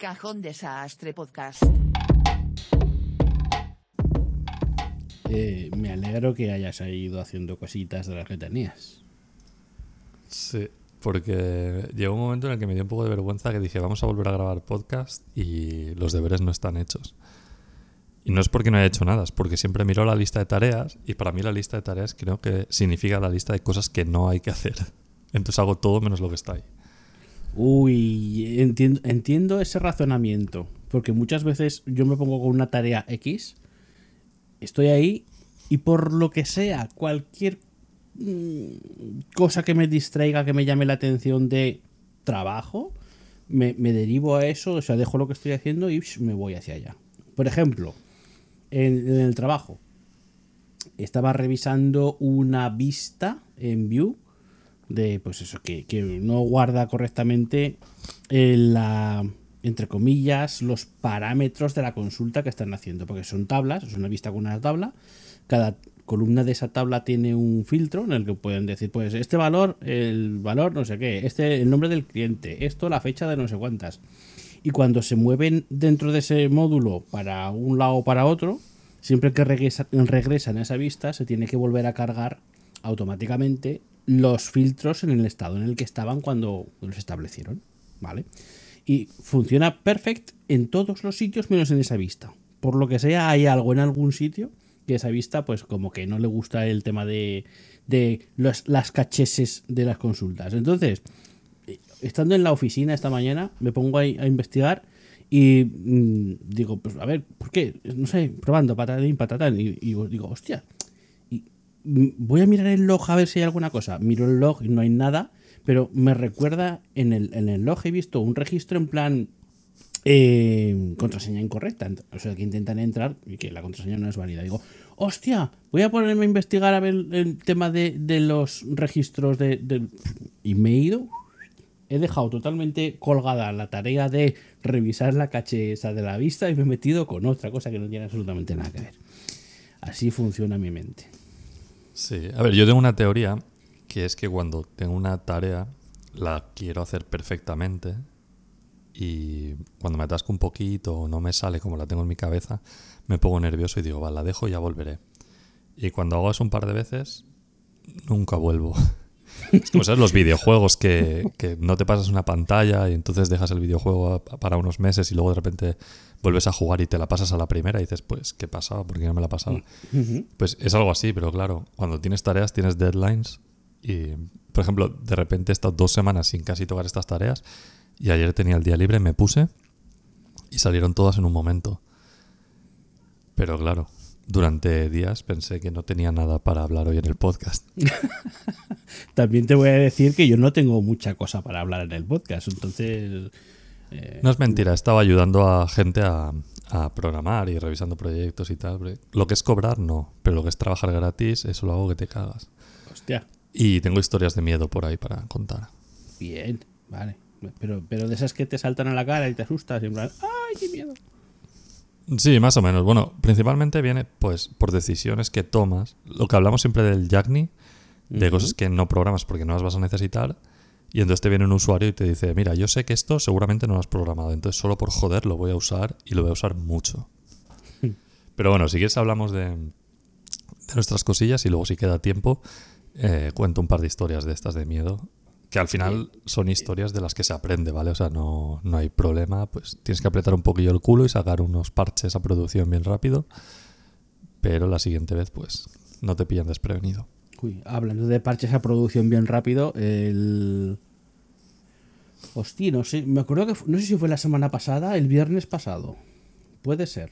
Cajón Desastre Podcast. Me alegro que hayas ido haciendo cositas de las que tenías. Sí, porque llegó un momento en el que me dio un poco de vergüenza, que dije, vamos a volver a grabar podcast y los deberes no están hechos. Y no es porque no haya hecho nada, es porque siempre miro la lista de tareas y para mí la lista de tareas creo que significa la lista de cosas que no hay que hacer. Entonces hago todo menos lo que está ahí. Uy, entiendo ese razonamiento, porque muchas veces yo me pongo con una tarea X, estoy ahí y por lo que sea, cualquier cosa que me distraiga, que me llame la atención de trabajo, me derivo a eso, o sea, dejo lo que estoy haciendo y me voy hacia allá. Por ejemplo, en el trabajo, estaba revisando una vista en Vue de, pues eso, que no guarda correctamente entre comillas, los parámetros de la consulta que están haciendo, porque son tablas, es una vista con una tabla, cada columna de esa tabla tiene un filtro en el que pueden decir, pues este valor, el valor no sé qué, el nombre del cliente, esto la fecha de no sé cuántas. Y cuando se mueven dentro de ese módulo para un lado o para otro, siempre que regresan a esa vista se tiene que volver a cargar automáticamente los filtros en el estado en el que estaban cuando los establecieron, ¿vale? Y funciona perfecto en todos los sitios menos en esa vista. Por lo que sea, hay algo en algún sitio que esa vista, pues como que no le gusta el tema de las cacheses de las consultas. Entonces, estando en la oficina esta mañana, me pongo a investigar y digo, pues a ver, ¿por qué? No sé, probando patatín, patatán. Y digo, hostia, voy a mirar el log a ver si hay alguna cosa. Miro el log y no hay nada, pero me recuerda, en el log he visto un registro en plan contraseña incorrecta, o sea, que intentan entrar y que la contraseña no es válida. Digo, hostia, voy a ponerme a investigar a ver el tema de los registros y me he ido. He dejado totalmente colgada la tarea de revisar la caché esa de la vista y me he metido con otra cosa que no tiene absolutamente nada que ver. Así funciona mi mente. Sí, a ver, yo tengo una teoría que es que cuando tengo una tarea la quiero hacer perfectamente y cuando me atasco un poquito o no me sale como la tengo en mi cabeza, me pongo nervioso y digo, va, la dejo y ya volveré. Y cuando hago eso un par de veces, nunca vuelvo. Es como sabes los videojuegos que no te pasas una pantalla y entonces dejas el videojuego para unos meses y luego de repente vuelves a jugar y te la pasas a la primera y dices, pues, ¿qué pasaba? ¿Por qué no me la pasaba? Pues es algo así, pero claro, cuando tienes tareas, tienes deadlines y, por ejemplo, de repente he estado 2 semanas sin casi tocar estas tareas y ayer tenía el día libre, me puse y salieron todas en un momento. Pero claro, durante días pensé que no tenía nada para hablar hoy en el podcast. También te voy a decir que yo no tengo mucha cosa para hablar en el podcast, entonces... No es mentira, estaba ayudando a gente a programar y revisando proyectos y tal. Lo que es cobrar, no, pero lo que es trabajar gratis, eso lo hago que te cagas. Hostia. Y tengo historias de miedo por ahí para contar. Bien, vale. Pero de esas que te saltan a la cara y te asustas y en plan, ¡ay, qué miedo! Sí, más o menos. Bueno, principalmente viene pues por decisiones que tomas. Lo que hablamos siempre del Yagni, de cosas que no programas porque no las vas a necesitar. Y entonces te viene un usuario y te dice, mira, yo sé que esto seguramente no lo has programado, entonces solo por joder lo voy a usar y lo voy a usar mucho. Pero bueno, si quieres hablamos de nuestras cosillas y luego si queda tiempo cuento un par de historias de estas de miedo, que al final son historias de las que se aprende, ¿vale? O sea, no hay problema, pues tienes que apretar un poquillo el culo y sacar unos parches a producción bien rápido, pero la siguiente vez pues no te pillan desprevenido. Uy, hablando de parches a producción bien rápido, hostia, no sé, me acuerdo que no sé si fue la semana pasada, el viernes pasado. Puede ser.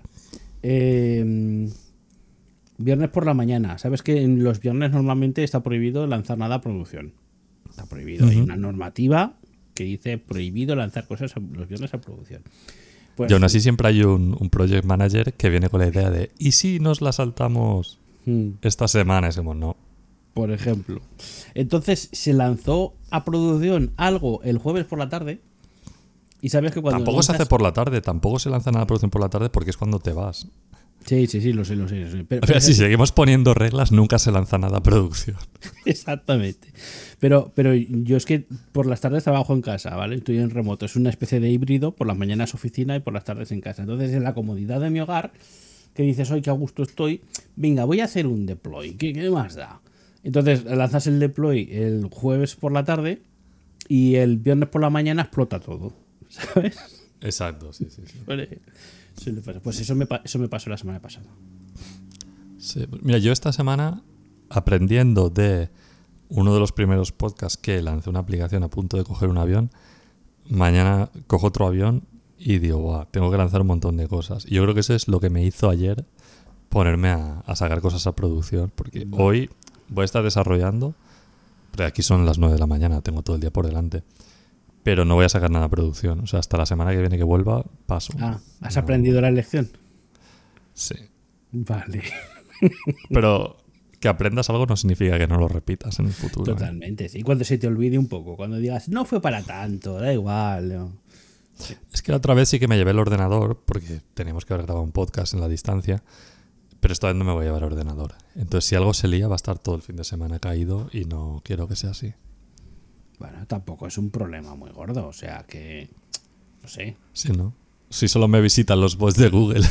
Viernes por la mañana. Sabes que en los viernes normalmente está prohibido lanzar nada a producción. Está prohibido. Hay una normativa que dice prohibido lanzar cosas los viernes a producción. Pues, y aún así siempre hay un project manager que viene con la idea de ¿y si nos la saltamos esta semana? Es como, no. Por ejemplo. Entonces se lanzó a producción algo el jueves por la tarde. Y sabes que cuando tampoco se hace por la tarde, tampoco se lanza nada a producción por la tarde porque es cuando te vas. Sí, lo sé. O sea, si seguimos poniendo reglas, nunca se lanza nada a producción. Exactamente. Pero yo es que por las tardes trabajo en casa, ¿vale? Estoy en remoto. Es una especie de híbrido, por las mañanas oficina y por las tardes en casa. Entonces, en la comodidad de mi hogar, que dices, hoy qué a gusto estoy, venga, voy a hacer un deploy. ¿Qué más da? Entonces, lanzas el deploy el jueves por la tarde y el viernes por la mañana explota todo, ¿sabes? Exacto, sí. Vale. Pues eso me pasó la semana pasada. Sí. Mira, yo esta semana, aprendiendo de uno de los primeros podcasts que lancé una aplicación a punto de coger un avión, mañana cojo otro avión y digo, "Buah, tengo que lanzar un montón de cosas". Y yo creo que eso es lo que me hizo ayer ponerme a sacar cosas a producción, porque hoy voy a estar desarrollando, pero aquí son las 9 de la mañana, tengo todo el día por delante. Pero no voy a sacar nada a producción. O sea, hasta la semana que viene que vuelva, paso. ¿Has aprendido la lección? Sí. Vale. Pero que aprendas algo no significa que no lo repitas en el futuro. Totalmente, sí. Cuando se te olvide un poco, cuando digas, no fue para tanto, da igual. ¿No? Sí. Es que la otra vez sí que me llevé el ordenador, porque teníamos que haber grabado un podcast en la distancia, pero esta vez no me voy a llevar el ordenador. Entonces, si algo se lía, va a estar todo el fin de semana caído y no quiero que sea así. Bueno, tampoco es un problema muy gordo, o sea que, no sé. Sí, ¿no? Si solo me visitan los bots de Google.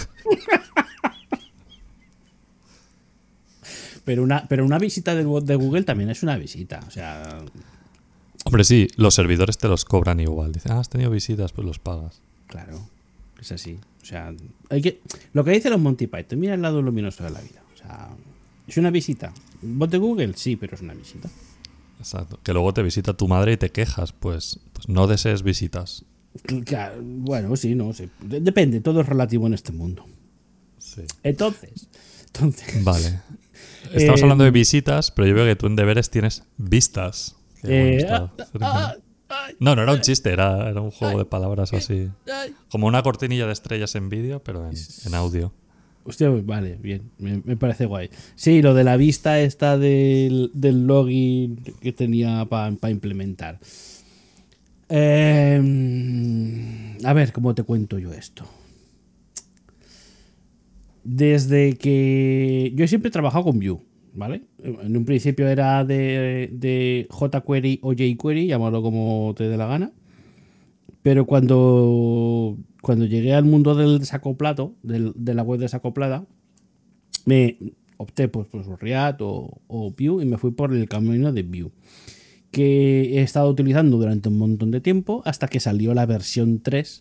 Pero una visita del bot de Google también es una visita, o sea... Hombre, sí, los servidores te los cobran igual. Dicen, has tenido visitas, pues los pagas. Claro, es así. O sea, lo que dicen los Monty Python, mira el lado luminoso de la vida. O sea, es una visita. ¿Bot de Google? Sí, pero es una visita. Exacto. Que luego te visita tu madre y te quejas, pues no desees visitas. Claro, bueno, sí, no sé. Depende, todo es relativo en este mundo. Sí. Entonces. Vale. Estamos hablando de visitas, pero yo veo que tú en deberes tienes vistas. No, no era un chiste, era un juego de palabras así. Como una cortinilla de estrellas en vídeo, pero en audio. Hostia, vale, bien, me parece guay. Sí, lo de la vista esta del login que tenía para implementar. A ver, ¿cómo te cuento yo esto? Desde que... Yo siempre he trabajado con Vue, ¿vale? En un principio era de jQuery o jQuery, llámalo como te dé la gana. Pero cuando llegué al mundo del desacoplado, de la web desacoplada, me opté por React o Vue y me fui por el camino de Vue, que he estado utilizando durante un montón de tiempo hasta que salió la versión 3,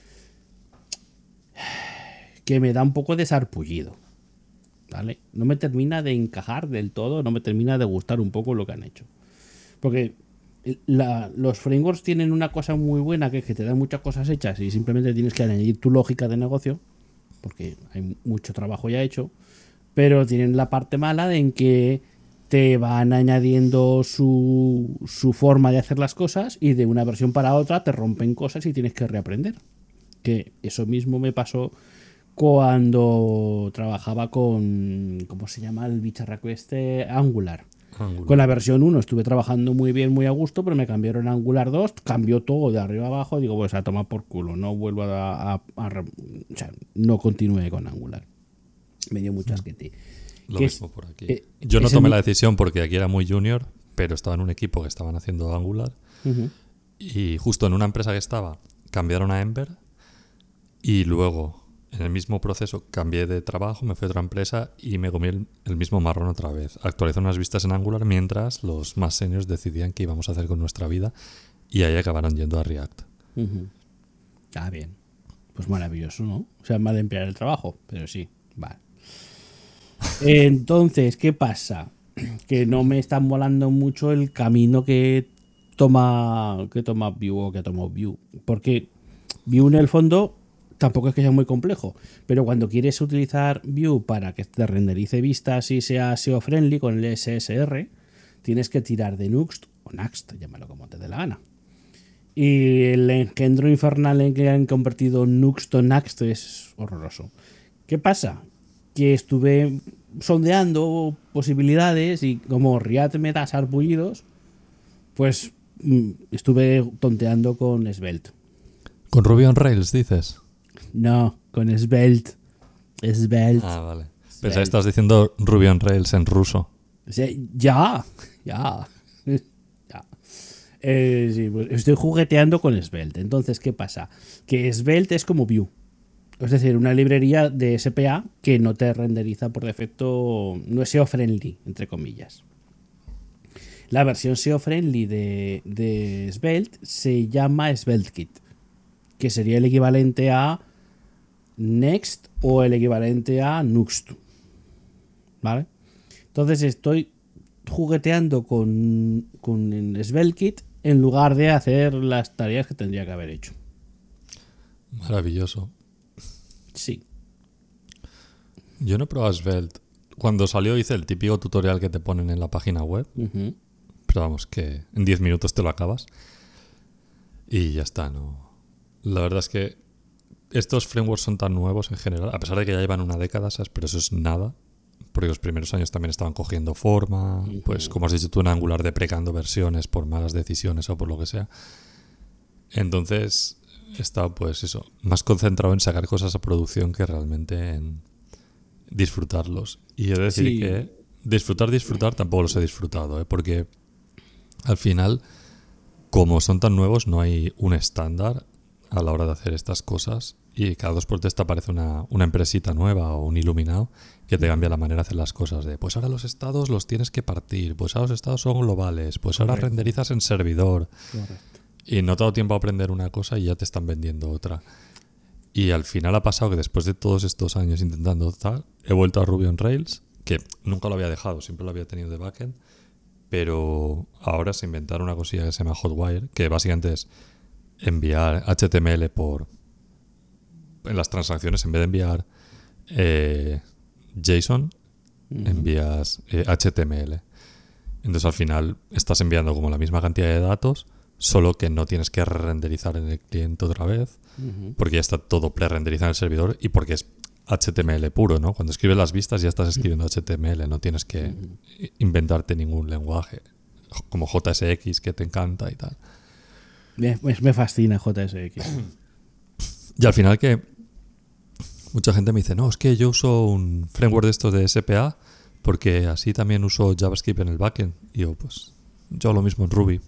que me da un poco de sarpullido, ¿vale? No me termina de encajar del todo, no me termina de gustar un poco lo que han hecho. Porque los frameworks tienen una cosa muy buena, que es que te dan muchas cosas hechas y simplemente tienes que añadir tu lógica de negocio, porque hay mucho trabajo ya hecho, pero tienen la parte mala en que te van añadiendo su forma de hacer las cosas y de una versión para otra te rompen cosas y tienes que reaprender. Que eso mismo me pasó cuando trabajaba con... ¿Cómo se llama el bicharraco este? Angular. Con la versión 1 estuve trabajando muy bien, muy a gusto, pero me cambiaron a Angular 2, cambió todo de arriba a abajo, digo, pues a tomar por culo, no vuelvo o sea, no continúe con Angular. Me dio muchas que te... Lo mismo por aquí. Yo no tomé la decisión porque aquí era muy junior, pero estaba en un equipo que estaban haciendo Angular. Y justo en una empresa que estaba, cambiaron a Ember y luego... En el mismo proceso cambié de trabajo, me fui a otra empresa y me comí el mismo marrón otra vez. Actualicé unas vistas en Angular mientras los más seniors decidían qué íbamos a hacer con nuestra vida y ahí acabaron yendo a React. Ah, bien. Pues maravilloso, ¿no? O sea, mal emplear el trabajo, pero sí, vale. Entonces, ¿qué pasa? Que no me está molando mucho el camino que toma Vue o que ha tomado Vue. Porque Vue en el fondo... Tampoco es que sea muy complejo, pero cuando quieres utilizar Vue para que te renderice vistas y sea SEO friendly con el SSR, tienes que tirar de Nuxt o Next, llámalo como te dé la gana. Y el engendro infernal en que han convertido Nuxt o Next es horroroso. ¿Qué pasa? Que estuve sondeando posibilidades y como React me da sarpullidos, pues estuve tonteando con Svelte. ¿Con Ruby on Rails dices? No, con Svelte. Svelte. Ah, vale. Pensaba que estabas diciendo Ruby on Rails en ruso. Sí, ya. Sí, pues estoy jugueteando con Svelte. Entonces, ¿qué pasa? Que Svelte es como Vue. Es decir, una librería de SPA que no te renderiza por defecto, no es SEO friendly, entre comillas. La versión SEO friendly de Svelte se llama SvelteKit, que sería el equivalente a Next o el equivalente a Nuxt. ¿Vale? Entonces estoy jugueteando con SvelteKit en lugar de hacer las tareas que tendría que haber hecho. Maravilloso. Sí. Yo no he probado Svelte. Cuando salió hice el típico tutorial que te ponen en la página web. Uh-huh. Pero vamos, que en 10 minutos te lo acabas. Y ya está, ¿no? La verdad es que estos frameworks son tan nuevos en general, a pesar de que ya llevan una década, ¿sabes? Pero eso es nada. Porque los primeros años también estaban cogiendo forma. Uh-huh. Pues como has dicho tú, en Angular deprecando versiones por malas decisiones o por lo que sea. Entonces está, pues eso, más concentrado en sacar cosas a producción que realmente en disfrutarlos. Y he de decir que disfrutar tampoco los he disfrutado, ¿eh? Porque al final, como son tan nuevos, no hay un estándar a la hora de hacer estas cosas y cada 2x3 te aparece una empresita nueva o un iluminado que te cambia la manera de hacer las cosas. De pues ahora los estados los tienes que partir, pues ahora los estados son globales, pues ahora renderizas en servidor. Correcto. Y no te ha dado tiempo a aprender una cosa y ya te están vendiendo otra. Y al final ha pasado que después de todos estos años intentando tal, he vuelto a Ruby on Rails, que nunca lo había dejado, siempre lo había tenido de backend, pero ahora se inventaron una cosilla que se llama Hotwire, que básicamente es enviar HTML en las transacciones, en vez de enviar JSON, envías HTML. Entonces al final estás enviando como la misma cantidad de datos, solo que no tienes que renderizar en el cliente otra vez, porque ya está todo pre-renderizado en el servidor y porque es HTML puro, ¿no? Cuando escribes las vistas ya estás escribiendo HTML, no tienes que inventarte ningún lenguaje, como JSX que te encanta y tal. Me fascina JSX. Y al final que mucha gente me dice, no, es que yo uso un framework de estos de SPA porque así también uso JavaScript en el backend. Y yo, pues, yo lo mismo en Ruby.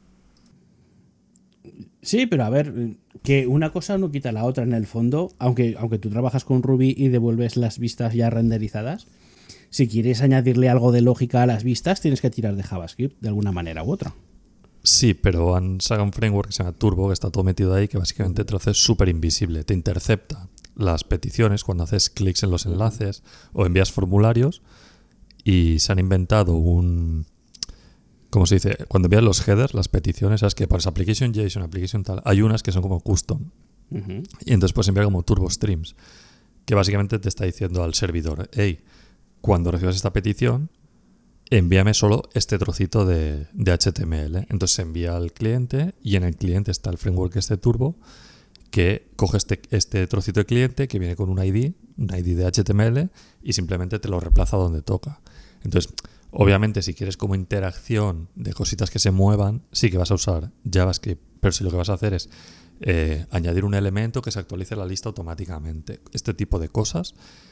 Sí, pero a ver, que una cosa no quita la otra en el fondo, aunque tú trabajas con Ruby y devuelves las vistas ya renderizadas, si quieres añadirle algo de lógica a las vistas, tienes que tirar de JavaScript de alguna manera u otra. Sí, pero han sacado un framework que se llama Turbo, que está todo metido ahí, que básicamente te lo hace súper invisible. Te intercepta las peticiones cuando haces clics en los enlaces o envías formularios y se han inventado un... ¿Cómo se dice? Cuando envías los headers, las peticiones, sabes que pones application JSON, application tal, hay unas que son como custom. Y entonces puedes enviar como turbo streams, que básicamente te está diciendo al servidor, hey, cuando recibas esta petición, envíame solo este trocito de HTML. Entonces se envía al cliente y en el cliente está el framework este turbo que coge este trocito de cliente que viene con un ID de HTML y simplemente te lo reemplaza donde toca. Entonces, obviamente, si quieres como interacción de cositas que se muevan, sí que vas a usar JavaScript, pero si lo que vas a hacer es añadir un elemento que se actualice la lista automáticamente. Este tipo de cosas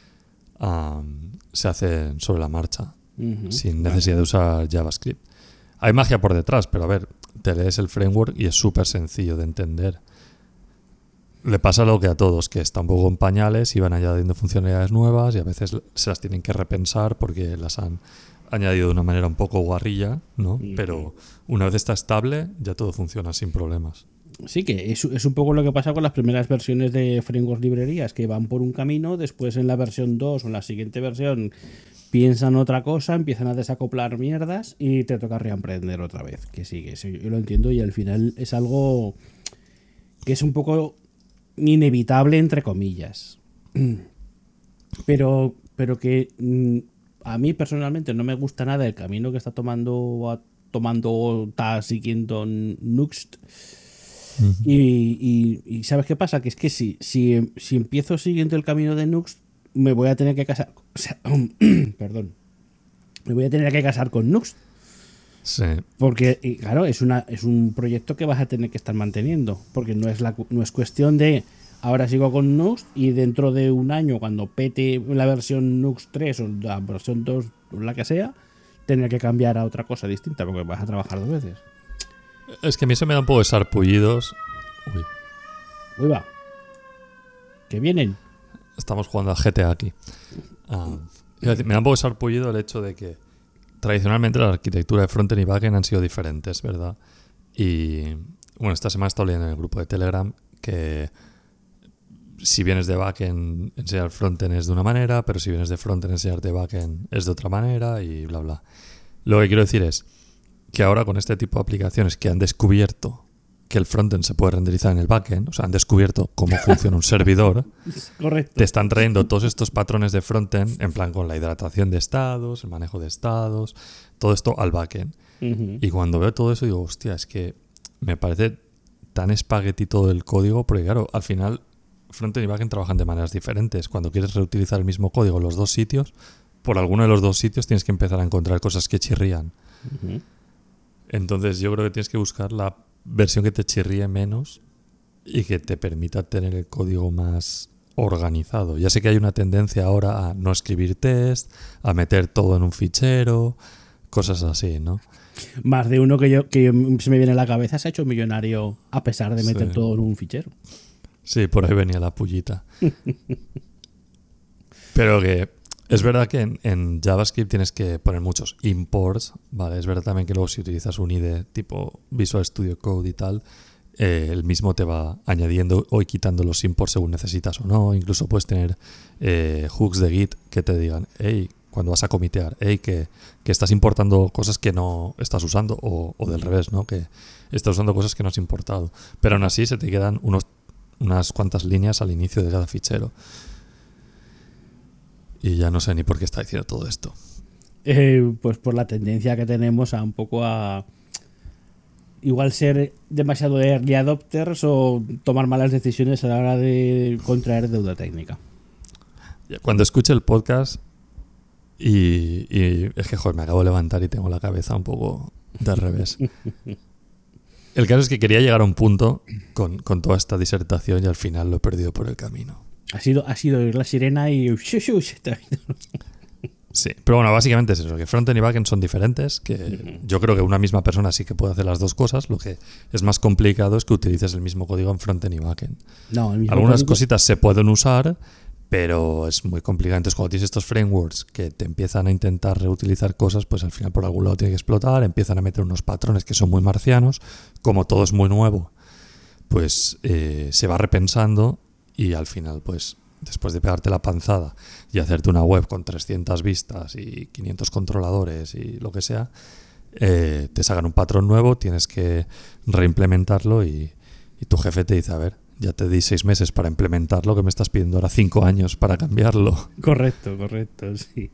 se hacen sobre la marcha, sin necesidad de usar JavaScript. Hay magia por detrás, pero a ver, te lees el framework y es súper sencillo de entender. Le pasa lo que a todos, que está un poco en pañales y van añadiendo funcionalidades nuevas y a veces se las tienen que repensar porque las han añadido de una manera un poco guarrilla, ¿no? Pero una vez está estable, ya todo funciona sin problemas. Sí, que es un poco lo que pasa con las primeras versiones de frameworks librerías, que van por un camino, después en la versión 2 o en la siguiente versión piensan otra cosa, empiezan a desacoplar mierdas y te toca reaprender otra vez. Que sí, yo lo entiendo y al final es algo que es un poco inevitable, entre comillas. Pero que a mí personalmente no me gusta nada el camino que está tomando o está siguiendo Nuxt. Y ¿sabes qué pasa? Que es que si empiezo siguiendo el camino de Nuxt, me voy a tener que casar. O sea, perdón. Me voy a tener que casar con Nuxt. Sí. Porque, claro, es un proyecto que vas a tener que estar manteniendo. Porque no es cuestión de ahora sigo con Nuxt y dentro de un año, cuando pete la versión Nuxt 3 o la versión 2 o la que sea, tener que cambiar a otra cosa distinta porque vas a trabajar 2 veces. Es que a mí se me da un poco de sarpullidos. Uy, Uy, va. Que vienen. estamos jugando a GTA aquí. Iba a decir, me da un poco de sarpullido el hecho de que tradicionalmente la arquitectura de frontend y backend han sido diferentes, ¿verdad? Y bueno, esta semana he estado leyendo en el grupo de Telegram que si vienes de backend, enseñar frontend es de una manera, pero si vienes de frontend, enseñarte backend es de otra manera y bla, bla. Lo que quiero decir es que ahora con este tipo de aplicaciones que han descubierto que el frontend se puede renderizar en el backend, o sea, han descubierto cómo funciona un servidor, Correcto. te están trayendo todos estos patrones de frontend, en plan con la hidratación de estados, el manejo de estados, todo esto al backend. Uh-huh. Y cuando veo todo eso digo, hostia, es que me parece tan espagueti todo el código, porque claro, al final frontend y backend trabajan de maneras diferentes. Cuando quieres reutilizar el mismo código en los dos sitios, por alguno de los dos sitios tienes que empezar a encontrar cosas que chirrían. Uh-huh. Entonces yo creo que tienes que buscar la versión que te chirríe menos y que te permita tener el código más organizado. Ya sé que hay una tendencia ahora a no escribir test, a meter todo en un fichero, cosas así, ¿no? Más de uno se me viene a la cabeza se ha hecho millonario a pesar de meter todo en un fichero. Sí, por ahí venía la pullita. Pero que es verdad que en JavaScript tienes que poner muchos imports, ¿vale? Es verdad también que luego si utilizas un IDE tipo Visual Studio Code y tal, el mismo te va añadiendo o quitando los imports según necesitas o no. Incluso puedes tener hooks de Git que te digan, hey, cuando vas a comitear, hey, que estás importando cosas que no estás usando o del revés, ¿no? Que estás usando cosas que no has importado. Pero aún así se te quedan unas cuantas líneas al inicio de cada fichero. Y ya no sé ni por qué está diciendo todo esto. Pues por la tendencia que tenemos a un poco a igual ser demasiado early adopters o tomar malas decisiones a la hora de contraer deuda técnica. Cuando escuche el podcast y es que joder, me acabo de levantar y tengo la cabeza un poco de revés. El caso es que quería llegar a un punto con toda esta disertación y al final lo he perdido por el camino. Ha sido oír la sirena y Sí, pero bueno, básicamente es eso, que frontend y backend son diferentes, que yo creo que una misma persona sí que puede hacer las dos cosas, lo que es más complicado es que utilices el mismo código en frontend y backend. No, el mismo Algunas código. cositas se pueden usar, pero es muy complicado. Entonces cuando tienes estos frameworks que te empiezan a intentar reutilizar cosas, pues al final por algún lado tiene que explotar, empiezan a meter unos patrones que son muy marcianos, como todo es muy nuevo, pues se va repensando y al final pues después de pegarte la panzada y hacerte una web con 300 vistas y 500 controladores y lo que sea, te sacan un patrón nuevo, tienes que reimplementarlo y tu jefe te dice, a ver, ya te di 6 meses para implementarlo, que me estás pidiendo ahora 5 años para cambiarlo. Correcto, sí.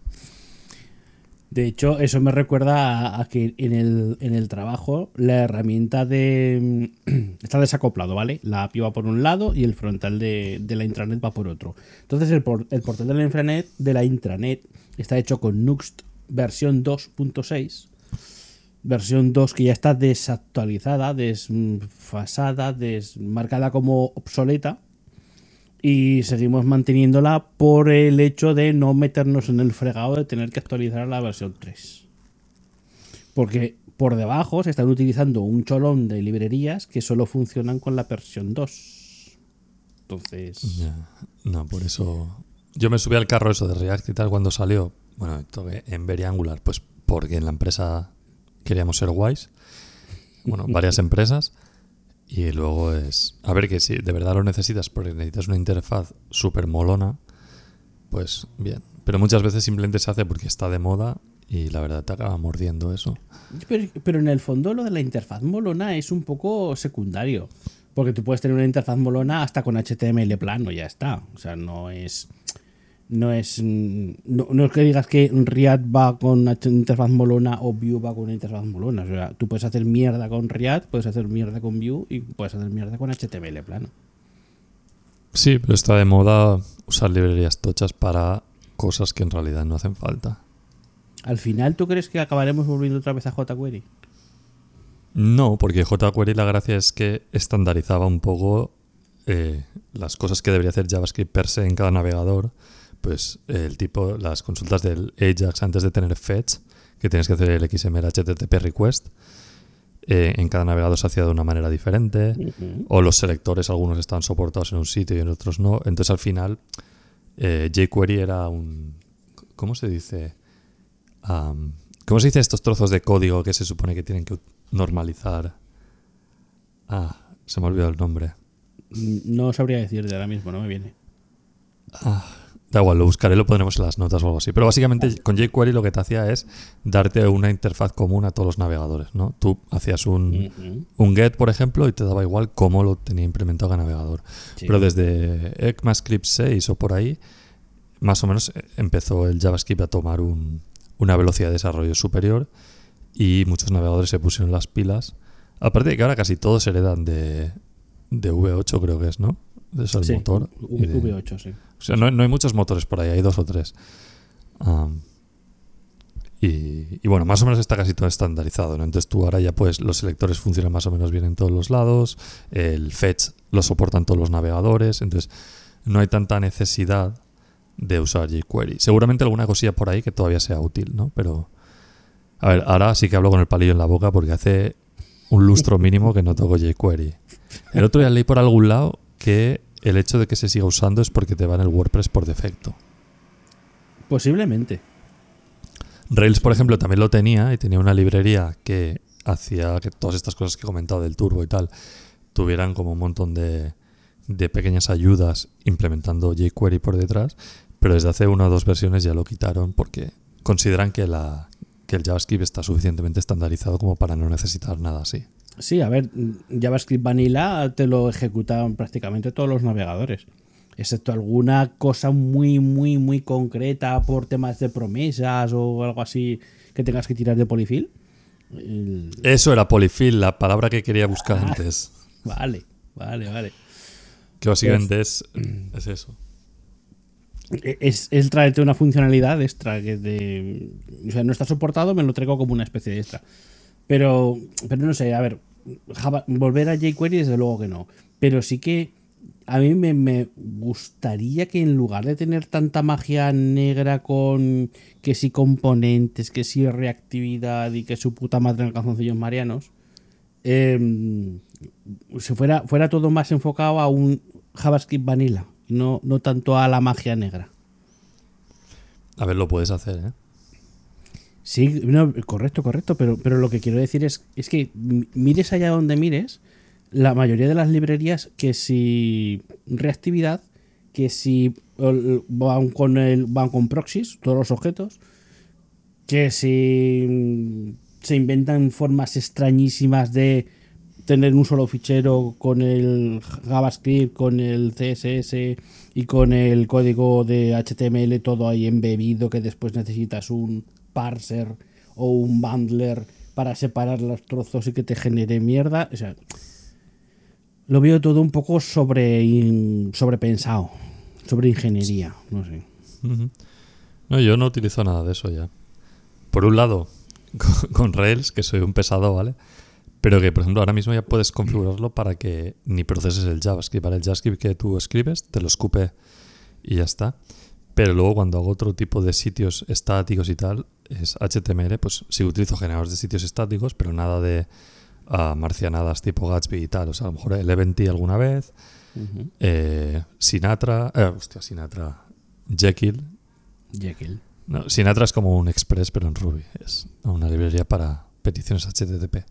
De hecho, eso me recuerda a que en el trabajo la herramienta está desacoplado, ¿vale? La API va por un lado y el frontal de la intranet va por otro. Entonces el portal de la intranet está hecho con Nuxt versión 2.6, versión 2 que ya está desactualizada, desfasada, marcada como obsoleta. Y seguimos manteniéndola por el hecho de no meternos en el fregado de tener que actualizar a la versión 3. Porque por debajo se están utilizando un cholón de librerías que solo funcionan con la versión 2. Entonces... Ya, no, por eso... Yo me subí al carro eso de React y tal cuando salió. Bueno, en Very Angular, pues porque en la empresa queríamos ser guays. Bueno, varias empresas. Y luego es... A ver, que si de verdad lo necesitas porque necesitas una interfaz súper molona, pues bien. Pero muchas veces simplemente se hace porque está de moda y la verdad te acaba mordiendo eso. Pero en el fondo lo de la interfaz molona es un poco secundario. Porque tú puedes tener una interfaz molona hasta con HTML plano, ya está. O sea, no es que digas que React va con una interfaz molona o Vue va con una interfaz molona. O sea, tú puedes hacer mierda con React, puedes hacer mierda con Vue y puedes hacer mierda con HTML plano. Sí, pero está de moda usar librerías tochas para cosas que en realidad no hacen falta. Al final, ¿tú crees que acabaremos volviendo otra vez a jQuery? No, porque jQuery la gracia es que estandarizaba un poco las cosas que debería hacer JavaScript per se en cada navegador, pues las consultas del Ajax antes de tener fetch, que tienes que hacer el XML HTTP request, en cada navegador se hacía de una manera diferente, o los selectores, algunos estaban soportados en un sitio y en otros no. Entonces al final jQuery era un... ¿Cómo se dice? ¿Cómo se dice estos trozos de código que se supone que tienen que normalizar? Se me ha olvidado el nombre. No sabría decirte ahora mismo, no me viene. Da igual, lo buscaré, lo pondremos en las notas o algo así. Pero básicamente con jQuery lo que te hacía es darte una interfaz común a todos los navegadores, ¿no? Tú hacías un get, por ejemplo, y te daba igual cómo lo tenía implementado cada navegador. Sí. Pero desde ECMAScript 6 o por ahí, más o menos empezó el JavaScript a tomar una velocidad de desarrollo superior y muchos navegadores se pusieron las pilas. Aparte de que ahora casi todos heredan de V8, creo que es, ¿no? Es el motor. V8, sí. O sea, no hay muchos motores por ahí, hay 2 o 3. Y bueno, más o menos está casi todo estandarizado, ¿no? Entonces tú ahora ya pues los selectores funcionan más o menos bien en todos los lados, el fetch lo soportan todos los navegadores, entonces no hay tanta necesidad de usar jQuery. Seguramente alguna cosilla por ahí que todavía sea útil, ¿no? Pero a ver, ahora sí que hablo con el palillo en la boca porque hace un lustro mínimo que no toco jQuery. El otro día leí por algún lado que el hecho de que se siga usando es porque te va en el WordPress por defecto. Posiblemente. Rails, por ejemplo, también lo tenía y tenía una librería que hacía que todas estas cosas que he comentado del turbo y tal tuvieran como un montón de pequeñas ayudas implementando jQuery por detrás, pero desde hace 1 o 2 versiones ya lo quitaron porque consideran que el JavaScript está suficientemente estandarizado como para no necesitar nada así. Sí, a ver, JavaScript Vanilla te lo ejecutan prácticamente todos los navegadores, excepto alguna cosa muy, muy, muy concreta por temas de promesas o algo así que tengas que tirar de polyfill. Eso era polyfill, la palabra que quería buscar antes. Vale. Que básicamente es eso. Es traerte una funcionalidad extra que o sea, no está soportado, me lo traigo como una especie de extra. Pero no sé, a ver, volver a jQuery desde luego que no. Pero sí que a mí me gustaría que en lugar de tener tanta magia negra con que si componentes, que si reactividad y que su puta madre en calzoncillos marianos, si fuera todo más enfocado a un JavaScript vanilla, no tanto a la magia negra. A ver, lo puedes hacer, ¿eh? Sí, no, correcto, pero lo que quiero decir es que mires allá donde mires, la mayoría de las librerías, que si reactividad, que si van con proxies, todos los objetos, que si se inventan formas extrañísimas de tener un solo fichero con el JavaScript, con el CSS y con el código de HTML todo ahí embebido, que después necesitas un parser o un bundler para separar los trozos y que te genere mierda. O sea, lo veo todo un poco sobrepensado, sobre ingeniería, no sé. No, yo no utilizo nada de eso ya. Por un lado, con Rails, que soy un pesado, ¿vale? Pero que, por ejemplo, ahora mismo ya puedes configurarlo para que ni proceses el JavaScript. Para el JavaScript que tú escribes, te lo escupe y ya está. Pero luego cuando hago otro tipo de sitios estáticos y tal, es HTML, pues sí utilizo generadores de sitios estáticos, pero nada de marcianadas tipo Gatsby y tal. O sea, a lo mejor Eleventy alguna vez, Sinatra, Jekyll. No, Sinatra es como un Express, pero en Ruby. Es una librería para peticiones HTTP.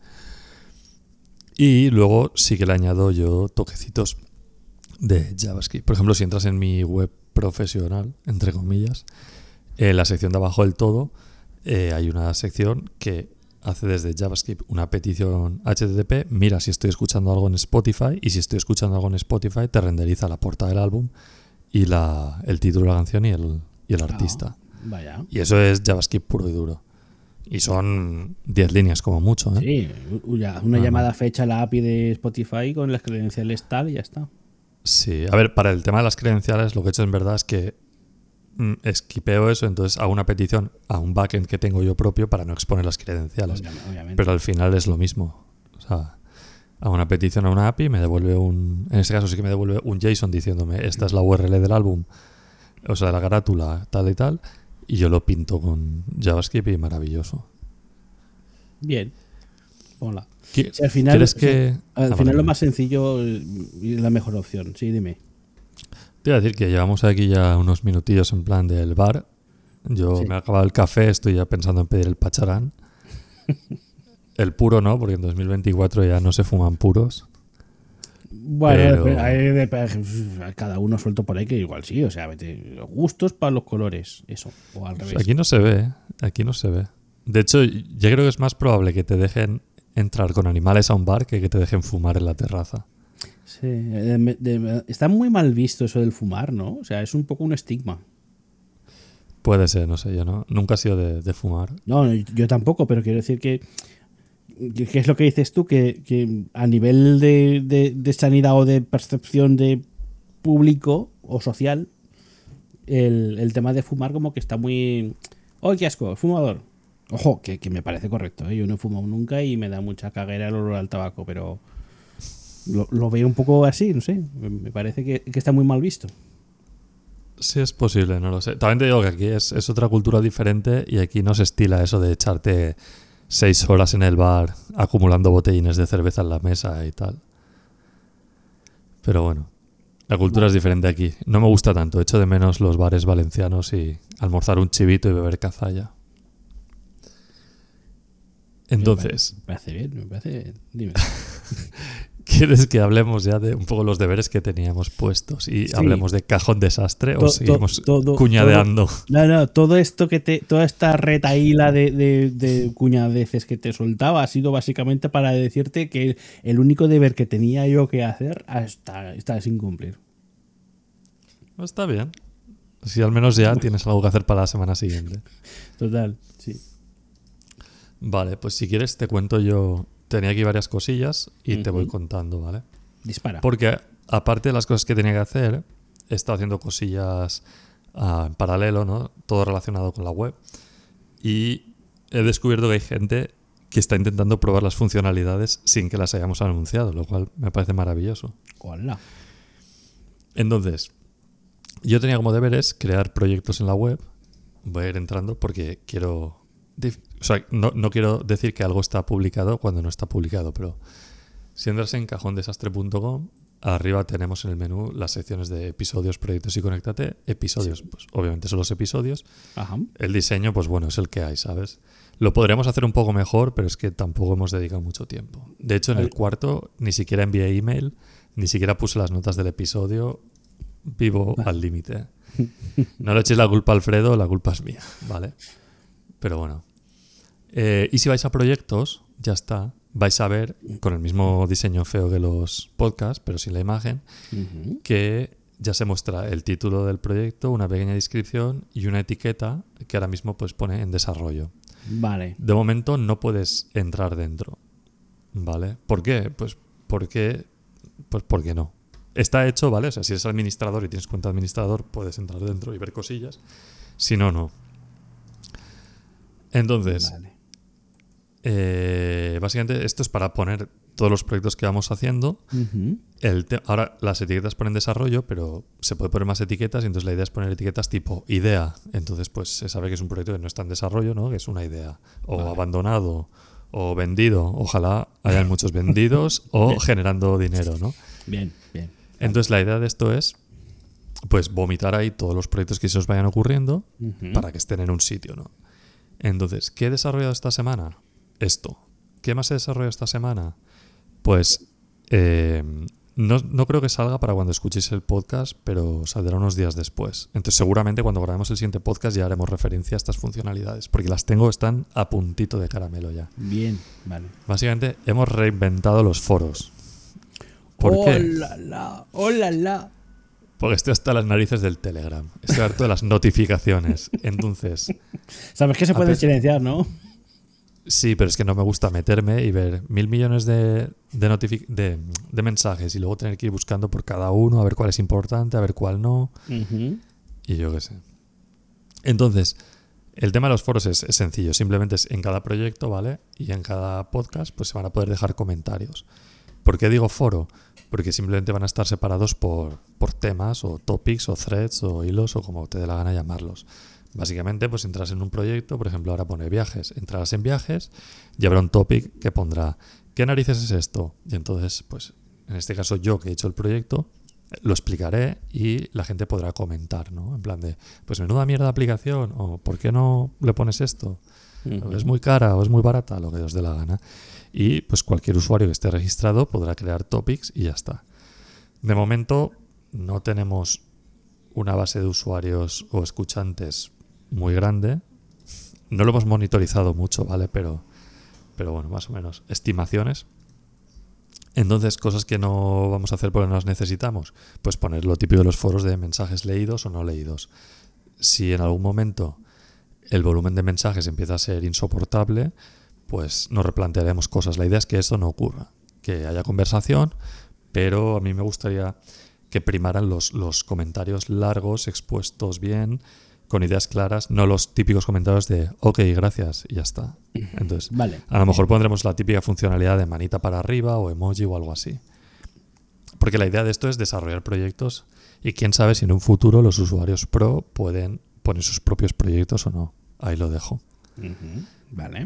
Y luego sí que le añado yo toquecitos de JavaScript. Por ejemplo, si entras en mi web profesional, entre comillas, en la sección de abajo del todo hay una sección que hace desde JavaScript una petición HTTP, mira si estoy escuchando algo en Spotify, y si estoy escuchando algo en Spotify te renderiza la portada del álbum y el título de la canción y el artista. Vaya. Y eso es JavaScript puro y duro. Y son 10 líneas como mucho, ¿eh? Sí, una llamada fecha a la API de Spotify con las credenciales tal y ya está. Sí, a ver, para el tema de las credenciales lo que he hecho en verdad es que esquipeo eso, entonces hago una petición a un backend que tengo yo propio para no exponer las credenciales. Obviamente. Pero al final es lo mismo. O sea, hago una petición a una API, me devuelve en este caso sí que me devuelve un JSON diciéndome esta es la URL del álbum, o sea, de la carátula, tal y tal, y yo lo pinto con JavaScript y maravilloso. Bien. Hola. ¿Qué- Si al final, ¿Crees que...? al Ah, final vale. lo más sencillo y la mejor opción. Sí, dime. Te iba a decir que llevamos aquí ya unos minutillos en plan del bar. Yo Sí. me he acabado el café, estoy ya pensando en pedir el pacharán. El puro no, porque en 2024 ya no se fuman puros. Bueno, Pero- hay cada uno suelto por ahí que igual sí. O sea, gustos para los colores. Eso. O al revés. Aquí no se ve, ¿eh? Aquí no se ve. De hecho, yo creo que es más probable que te dejen entrar con animales a un bar que te dejen fumar en la terraza. Sí, está muy mal visto eso del fumar, ¿no? O sea, es un poco un estigma. Puede ser, no sé, yo no. Nunca he sido de fumar. No, yo tampoco, pero quiero decir que es lo que dices tú, que a nivel de sanidad o de percepción de público o social, el tema de fumar como que está muy... ¡Oh, qué asco! Fumador. Ojo, que me parece correcto, ¿eh? Yo no he fumado nunca y me da mucha caguera el olor al tabaco, pero lo veo un poco así, no sé. Me parece que está muy mal visto. Sí, es posible, no lo sé. También te digo que aquí es otra cultura diferente y aquí no se estila eso de echarte 6 horas en el bar acumulando botellines de cerveza en la mesa y tal. Pero bueno, la cultura es diferente aquí. No me gusta tanto. Echo de menos los bares valencianos y almorzar un chivito y beber cazalla. Entonces, Me parece bien, me parece bien. Dime. ¿quieres que hablemos ya de un poco los deberes que teníamos puestos y Sí. hablemos de cajón desastre o To- seguimos todo- cuñadeando? No, todo esto toda esta retaíla de cuñadeces que te soltaba ha sido básicamente para decirte que el único deber que tenía yo que hacer está sin cumplir. Está bien. Si al menos ya tienes algo que hacer para la semana siguiente. Total, sí. Vale, pues si quieres te cuento yo. Tenía aquí varias cosillas y te voy Ujú. contando, ¿vale? Dispara. Porque aparte de las cosas que tenía que hacer, he estado haciendo cosillas en paralelo, ¿no? Todo relacionado con la web. Y he descubierto que hay gente que está intentando probar las funcionalidades sin que las hayamos anunciado, lo cual me parece maravilloso. Hola. Entonces, yo tenía como deberes crear proyectos en la web. Voy a ir entrando porque quiero... O sea, no quiero decir que algo está publicado cuando no está publicado, pero si entras en cajondesastre.com, arriba tenemos en el menú las secciones de episodios, proyectos y conéctate. Episodios, pues obviamente son los episodios. Ajá. El diseño, pues bueno, es el que hay, ¿sabes? Lo podríamos hacer un poco mejor, pero es que tampoco hemos dedicado mucho tiempo. De hecho, en el cuarto ni siquiera envié email, ni siquiera puse las notas del episodio. Vivo al límite. No le echéis la culpa a Alfredo, la culpa es mía, ¿vale? Pero bueno. Y si vais a proyectos, ya está. Vais a ver, con el mismo diseño feo que los podcasts, pero sin la imagen, Ujú. que ya se muestra el título del proyecto, una pequeña descripción y una etiqueta que ahora mismo pues pone en desarrollo. Vale. De momento no puedes entrar dentro, ¿vale? ¿Por qué? Pues porque no. Está hecho, ¿vale? O sea, si eres administrador y tienes cuenta de administrador, puedes entrar dentro y ver cosillas. Si no, no. Entonces, Vale. básicamente esto es para poner todos los proyectos que vamos haciendo. Ujú. Ahora las etiquetas ponen desarrollo, pero se puede poner más etiquetas y entonces la idea es poner etiquetas tipo idea. Entonces pues se sabe que es un proyecto que no está en desarrollo, ¿no? Que es una idea. O Vale. abandonado, o vendido. Ojalá hayan muchos vendidos o generando dinero, ¿no? Bien, bien. Entonces la idea de esto es pues vomitar ahí todos los proyectos que se os vayan ocurriendo Ujú. para que estén en un sitio, ¿no? Entonces, ¿qué he desarrollado esta semana? Esto. ¿Qué más he desarrollado esta semana? Pues no creo que salga para cuando escuchéis el podcast, pero saldrá unos días después. Entonces seguramente cuando grabemos el siguiente podcast ya haremos referencia a estas funcionalidades, porque las están a puntito de caramelo ya. Bien, vale. Básicamente hemos reinventado los foros. ¿Por qué? ¡Oh, la, la! Porque estoy hasta las narices del Telegram. Estoy harto de las notificaciones. Entonces, Sabes que se puede silenciar, ¿no? sí, pero es que no me gusta meterme y ver 1.000 millones de mensajes y luego tener que ir buscando por cada uno, a ver cuál es importante, a ver cuál no, Ujú. y yo qué sé. Entonces, el tema de los foros es sencillo, simplemente es en cada proyecto, ¿vale? Y en cada podcast pues se van a poder dejar comentarios. ¿Por qué digo foro? Porque simplemente van a estar separados por temas o topics o threads o hilos o como te dé la gana llamarlos. Básicamente, pues entras en un proyecto, por ejemplo, ahora pone viajes. Entrarás en viajes y habrá un topic que pondrá ¿qué narices es esto? Y entonces, pues, en este caso yo que he hecho el proyecto, lo explicaré y la gente podrá comentar, ¿no? En plan de, pues menuda mierda de aplicación, o ¿por qué no le pones esto? Ujú. ¿Es muy cara o es muy barata? Lo que os dé la gana. Y pues cualquier usuario que esté registrado podrá crear topics y ya está. De momento no tenemos una base de usuarios o escuchantes muy grande. No lo hemos monitorizado mucho, ¿vale? Pero bueno, más o menos. Estimaciones. Entonces, cosas que no vamos a hacer porque no las necesitamos, pues poner lo típico de los foros de mensajes leídos o no leídos. Si en algún momento el volumen de mensajes empieza a ser insoportable, pues nos replantearemos cosas. La idea es que esto no ocurra, que haya conversación, pero a mí me gustaría que primaran los comentarios largos, expuestos bien, con ideas claras, no los típicos comentarios de ok, gracias, y ya está. Entonces, Vale. a lo mejor pondremos la típica funcionalidad de manita para arriba o emoji o algo así. Porque la idea de esto es desarrollar proyectos y quién sabe si en un futuro los usuarios pro pueden poner sus propios proyectos o no. Ahí lo dejo. Ujú. Vale.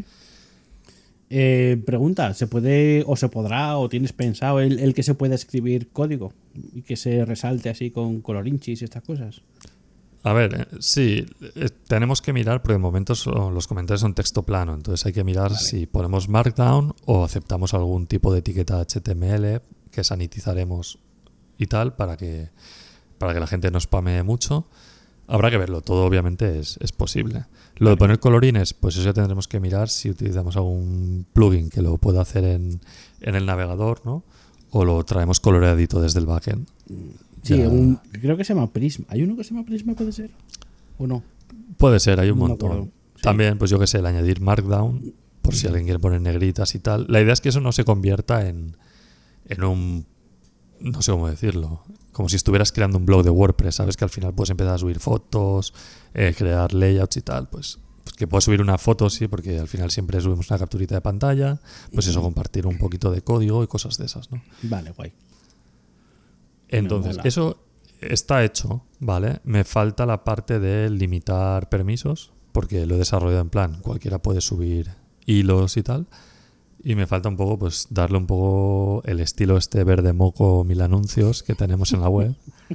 Pregunta, ¿se puede o se podrá o tienes pensado el que se pueda escribir código y que se resalte así con colorinchis y estas cosas? A ver, sí, tenemos que mirar, porque de momento los comentarios son texto plano, entonces hay que mirar si ponemos Markdown o aceptamos algún tipo de etiqueta HTML que sanitizaremos y tal para que la gente no spamee mucho. Habrá que verlo, todo obviamente es posible. Lo de poner colorines, pues eso ya tendremos que mirar si utilizamos algún plugin que lo pueda hacer en el navegador, ¿no? O lo traemos coloreadito desde el backend. Sí, Ya. creo que se llama Prisma. ¿Hay uno que se llama Prisma, puede ser? ¿O no? Puede ser, hay un No me montón. acuerdo. Sí. También, pues yo que sé, el añadir Markdown, por si alguien quiere poner negritas y tal. La idea es que eso no se convierta en un... no sé cómo decirlo. Como si estuvieras creando un blog de WordPress, ¿sabes? Que al final puedes empezar a subir fotos, crear layouts y tal. Pues que puedes subir una foto, sí, porque al final siempre subimos una capturita de pantalla. Pues eso, compartir un poquito de código y cosas de esas, ¿no? Vale, guay. Entonces, mola. eso está hecho, ¿vale? Me falta la parte de limitar permisos, porque lo he desarrollado en plan, cualquiera puede subir hilos y tal. Y me falta un poco, pues, darle un poco el estilo este verde moco 1000 anuncios que tenemos en la web.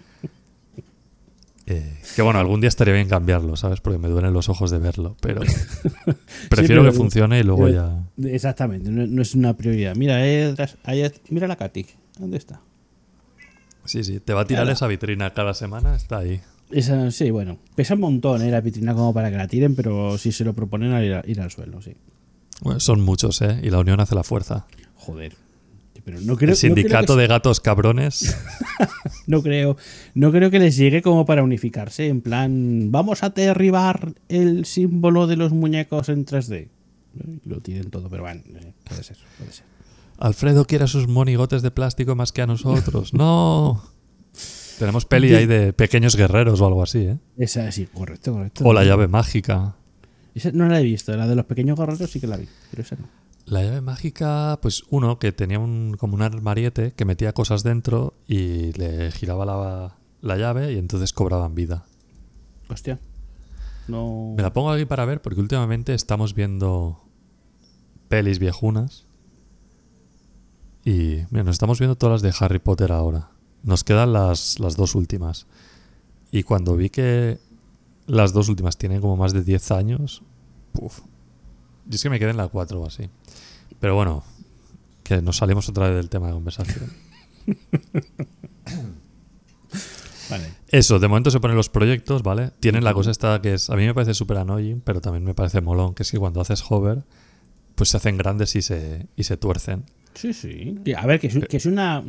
Que bueno, algún día estaría bien cambiarlo, ¿sabes? Porque me duelen los ojos de verlo, pero prefiero pero- que funcione y luego pero- ya... Exactamente, no es una prioridad. Mira, mira la Katy. ¿Dónde está? Sí, te va a tirar Claro. esa vitrina cada semana, está ahí. Sí, bueno, pesa un montón la vitrina como para que la tiren, pero si se lo proponen ir al suelo, sí. Bueno, son muchos, ¿eh? Y la unión hace la fuerza. Joder. Pero no creo, El sindicato no creo de gatos cabrones. no creo que les llegue como para unificarse. En plan, vamos a derribar el símbolo de los muñecos en 3D. Lo tienen todo, pero bueno, puede ser. Alfredo quiere a sus monigotes de plástico más que a nosotros. ¡No! Tenemos peli ahí de pequeños guerreros o algo así, ¿eh? Esa sí, correcto. O la llave mágica. Esa no la he visto, la de los pequeños guerreros sí que la vi, pero esa no. La llave mágica, pues uno que tenía como un armariete que metía cosas dentro y le giraba la llave y entonces cobraban vida. Hostia. No. Me la pongo aquí para ver porque últimamente estamos viendo pelis viejunas y mira, nos estamos viendo todas las de Harry Potter ahora. Nos quedan las dos últimas. Y cuando vi que las dos últimas tienen como más de 10 años, puf. Yo es que me quedé en la 4 o así. Pero bueno, que nos salimos otra vez del tema de conversación. Vale. Eso, de momento se ponen los proyectos, ¿vale? Tienen la cosa esta que es... A mí me parece súper annoying, pero también me parece molón, que es que cuando haces hover, pues se hacen grandes y se tuercen. Sí. A ver, que es una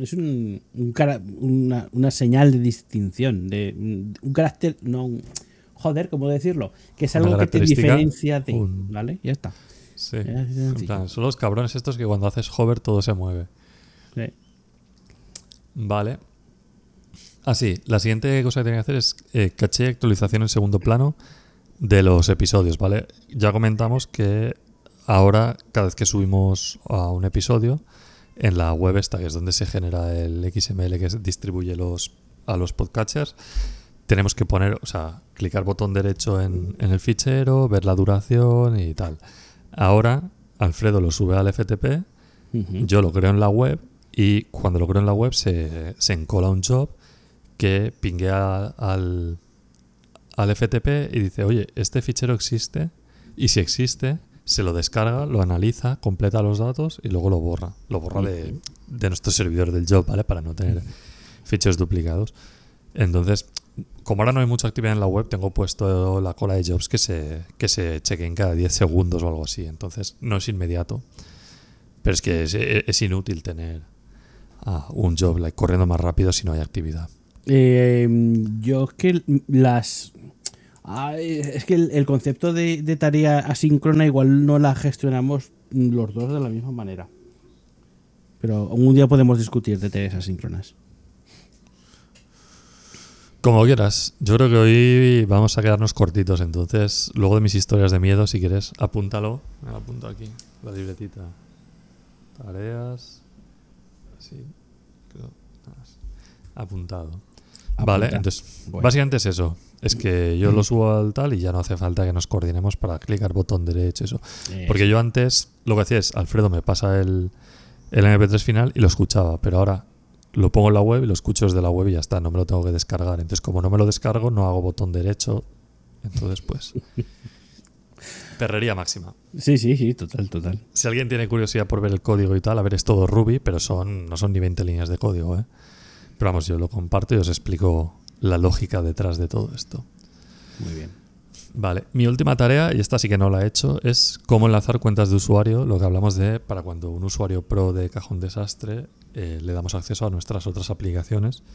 señal de distinción, de un carácter, no, joder, ¿cómo decirlo? Que es Una algo que te característica, diferencia de, ¿vale? Ya está. Sí. Es En sencillo. plan, son los cabrones estos que cuando haces hover todo se mueve. Sí. Vale. Sí, la siguiente cosa que tengo que hacer es caché y actualización en segundo plano de los episodios, ¿vale? Ya comentamos que ahora, cada vez que subimos a un episodio, en la web esta, que es donde se genera el XML que distribuye a los podcatchers, tenemos que poner, o sea, clicar botón derecho en el fichero, ver la duración y tal. Ahora, Alfredo lo sube al FTP, yo lo creo en la web y cuando lo creo en la web se encola un job que pinguea al FTP y dice, oye, este fichero existe, y si existe, se lo descarga, lo analiza, completa los datos y luego lo borra. Lo borra de nuestro servidor del job, ¿vale? Para no tener ficheros duplicados. Entonces, como ahora no hay mucha actividad en la web, tengo puesto la cola de jobs que se chequen cada 10 segundos o algo así. Entonces, no es inmediato. Pero es que es inútil tener un job corriendo más rápido si no hay actividad. Yo es que es que el concepto de tarea asíncrona igual no la gestionamos los dos de la misma manera. Pero un día podemos discutir de tareas asíncronas. Como quieras. Yo creo que hoy vamos a quedarnos cortitos. Entonces, luego de mis historias de miedo, si quieres, apúntalo. Me lo apunto aquí, la libretita. Tareas. Así. Apuntado. Vale, entonces, bueno, básicamente es eso. Es que yo lo subo al tal y ya no hace falta que nos coordinemos para clicar botón derecho, eso. Porque yo antes lo que hacía es, Alfredo me pasa el MP3 final y lo escuchaba, pero ahora lo pongo en la web y lo escucho desde la web y ya está, no me lo tengo que descargar. Entonces, como no me lo descargo, no hago botón derecho. Entonces, pues... perrería máxima. Sí, total. Si alguien tiene curiosidad por ver el código y tal, a ver, es todo Ruby, pero no son ni 20 líneas de código, ¿eh? Pero vamos, yo lo comparto y os explico la lógica detrás de todo esto. Muy bien. Vale, mi última tarea, y esta sí que no la he hecho, es cómo enlazar cuentas de usuario, lo que hablamos de para cuando un usuario pro de Cajón Desastre le damos acceso a nuestras otras aplicaciones.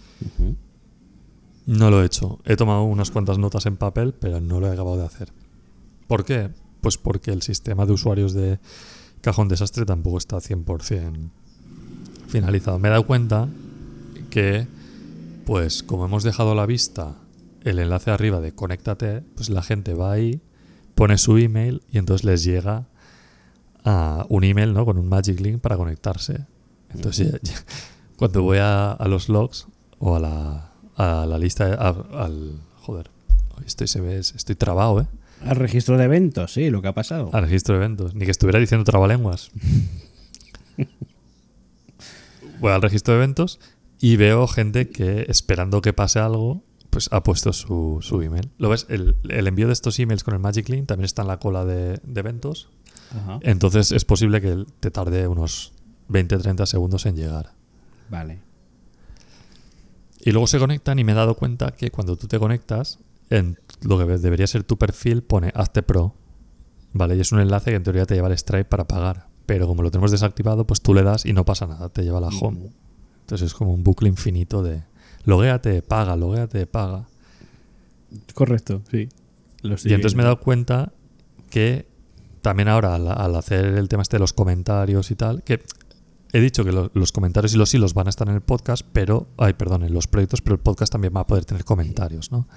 No lo he hecho. He tomado unas cuantas notas en papel, pero no lo he acabado de hacer. ¿Por qué? Pues porque el sistema de usuarios de Cajón Desastre tampoco está 100% finalizado. Me he dado cuenta que, pues como hemos dejado a la vista el enlace arriba de conéctate, pues la gente va ahí, pone su email y entonces les llega a un email, ¿no? Con un magic link para conectarse. Entonces cuando voy a los logs o a la lista, joder, estoy trabado, ¿eh? Al registro de eventos, sí, lo que ha pasado. Al registro de eventos, ni que estuviera diciendo trabalenguas. Voy al registro de eventos y veo gente que, esperando que pase algo, pues ha puesto su email. ¿Lo ves? El envío de estos emails con el Magic Link también está en la cola de eventos. Ajá. Entonces es posible que te tarde unos 20-30 segundos en llegar. Vale. Y luego se conectan y me he dado cuenta que cuando tú te conectas, en lo que debería ser tu perfil pone Hazte Pro. Vale, y es un enlace que en teoría te lleva al Stripe para pagar. Pero como lo tenemos desactivado, pues tú le das y no pasa nada, te lleva a la home. Entonces es como un bucle infinito de loguéate, paga. Correcto, sí. Y entonces me he dado cuenta que también ahora al hacer el tema este de los comentarios y tal, que he dicho que los comentarios y los hilos van a estar en el podcast, en los proyectos, pero el podcast también va a poder tener comentarios, ¿no?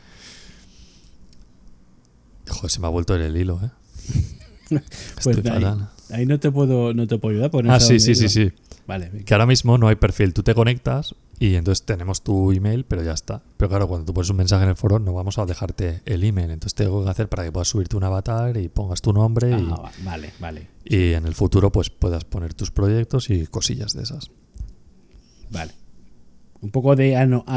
Joder, se me ha vuelto el hilo, ¿eh? Pues ahí no te puedo ayudar. Sí. Vale, venga. Que ahora mismo no hay perfil. Tú te conectas y entonces tenemos tu email, pero ya está. Pero claro, cuando tú pones un mensaje en el foro no vamos a dejarte el email. Entonces tengo que hacer para que puedas subirte un avatar y pongas tu nombre. Vale. Y en el futuro pues puedas poner tus proyectos y cosillas de esas. Vale. Un poco de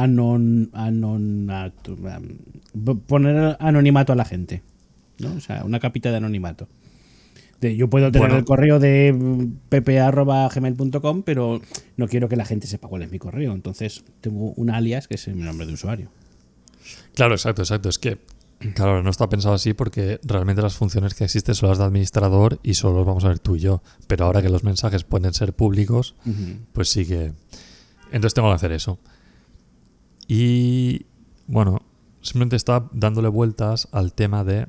poner anonimato a la gente, ¿no? O sea, una capita de anonimato. Yo puedo tener el correo de pp@gmail.com, pero no quiero que la gente sepa cuál es mi correo. Entonces tengo un alias que es mi nombre de usuario. Claro, exacto. Es que, claro, no está pensado así porque realmente las funciones que existen son las de administrador y solo los vamos a ver tú y yo. Pero ahora que los mensajes pueden ser públicos, pues sí que... Entonces tengo que hacer eso. Y, bueno, simplemente estaba dándole vueltas al tema de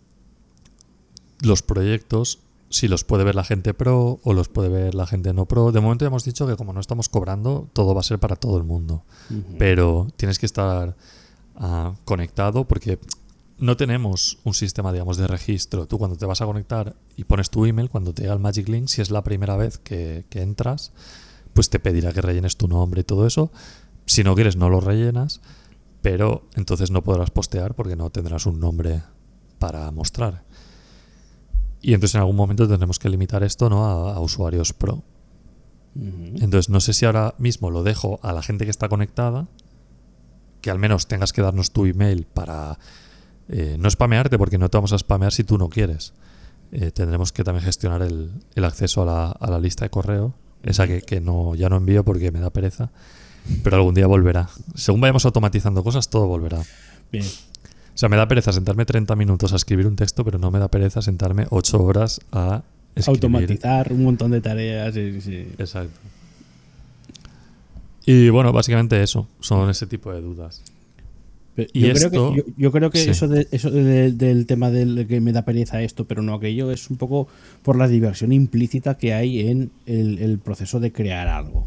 los proyectos, si los puede ver la gente pro o los puede ver la gente no pro. De momento ya hemos dicho que como no estamos cobrando, todo va a ser para todo el mundo. Pero tienes que estar conectado porque no tenemos un sistema, digamos, de registro. Tú cuando te vas a conectar y pones tu email, cuando te llega el Magic Link, si es la primera vez que entras, pues te pedirá que rellenes tu nombre y todo eso. Si no quieres, no lo rellenas, pero entonces no podrás postear porque no tendrás un nombre para mostrar. Y entonces en algún momento tendremos que limitar esto, ¿no?, a usuarios pro. Entonces no sé si ahora mismo lo dejo a la gente que está conectada, que al menos tengas que darnos tu email para no spamearte, porque no te vamos a spamear si tú no quieres. Tendremos que también gestionar el acceso a la lista de correo, esa que no, ya no envío porque me da pereza, pero algún día volverá. Según vayamos automatizando cosas, todo volverá. Bien. O sea, me da pereza sentarme 30 minutos a escribir un texto, pero no me da pereza sentarme 8 horas a escribir. Automatizar un montón de tareas. Sí. Exacto. Y bueno, básicamente eso, son ese tipo de dudas. Yo creo que sí. eso del tema del que me da pereza esto, pero no aquello, es un poco por la diversión implícita que hay en el proceso de crear algo.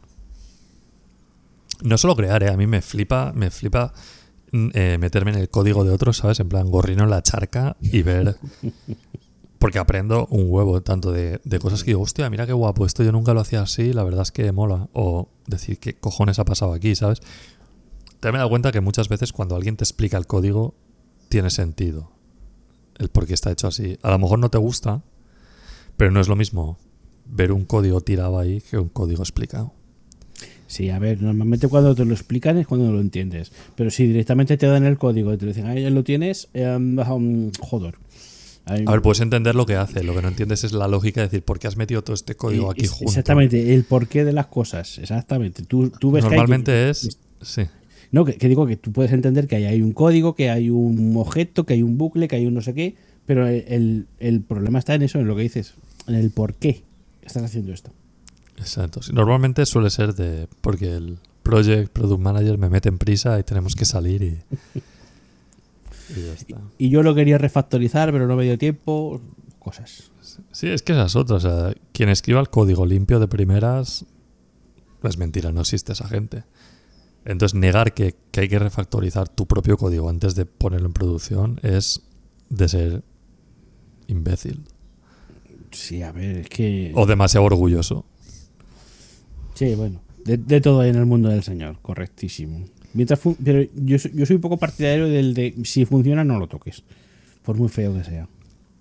No solo crear, a mí me flipa meterme en el código de otros, ¿sabes? En plan, gorrino en la charca y ver... Porque aprendo un huevo tanto de cosas que digo, hostia, mira qué guapo, esto yo nunca lo hacía así, la verdad es que mola. O decir, ¿qué cojones ha pasado aquí?, ¿sabes? Te me he dado cuenta que muchas veces cuando alguien te explica el código, tiene sentido el por qué está hecho así. A lo mejor no te gusta, pero no es lo mismo ver un código tirado ahí que un código explicado. Sí, a ver, normalmente cuando te lo explican es cuando lo entiendes. Pero si directamente te dan el código y te dicen, ya lo tienes, joder. A ver, puedes entender lo que hace, lo que no entiendes es la lógica de decir, ¿por qué has metido todo este código aquí junto? Exactamente, el porqué de las cosas, exactamente. Tú ves normalmente que sí. No, que digo que tú puedes entender que hay un código, que hay un objeto, que hay un bucle, que hay un no sé qué, pero el problema está en eso, en lo que dices, en el por qué estás haciendo esto. Exacto. Sí, normalmente suele ser porque el Product Manager me mete en prisa y tenemos que salir y ya está. Y yo lo quería refactorizar, pero no me dio tiempo, cosas. Sí, es que esas otras. O sea, quien escriba el código limpio de primeras, es mentira, no existe esa gente. Entonces, negar que hay que refactorizar tu propio código antes de ponerlo en producción es de ser imbécil. Sí, a ver, es que... O demasiado orgulloso. Sí, bueno, de todo hay en el mundo del Señor, correctísimo. Pero yo soy un poco partidario del de si funciona no lo toques, por muy feo que sea.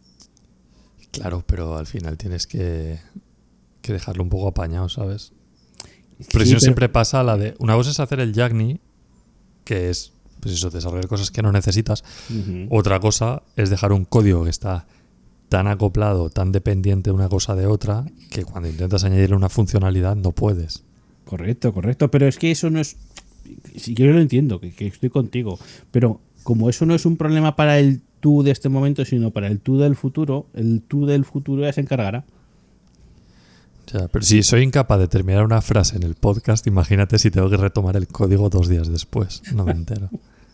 Claro, pero al final tienes que dejarlo un poco apañado, ¿sabes? Pero Sí, si no siempre pasa la de... Una cosa es hacer el Yagni, que es, pues eso, desarrollar cosas que no necesitas. Otra cosa es dejar un código que está tan acoplado, tan dependiente de una cosa de otra, que cuando intentas añadirle una funcionalidad no puedes. Correcto, pero es que eso no es... Si yo lo entiendo, que estoy contigo, pero como eso no es un problema para el tú de este momento, sino para el tú del futuro, el tú del futuro ya se encargará. O sea, pero si soy incapaz de terminar una frase en el podcast, imagínate si tengo que retomar el código 2 días después. No me entero.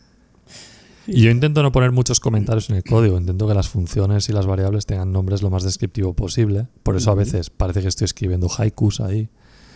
Y yo intento no poner muchos comentarios en el código. Intento que las funciones y las variables tengan nombres lo más descriptivo posible. Por eso a veces parece que estoy escribiendo haikus ahí.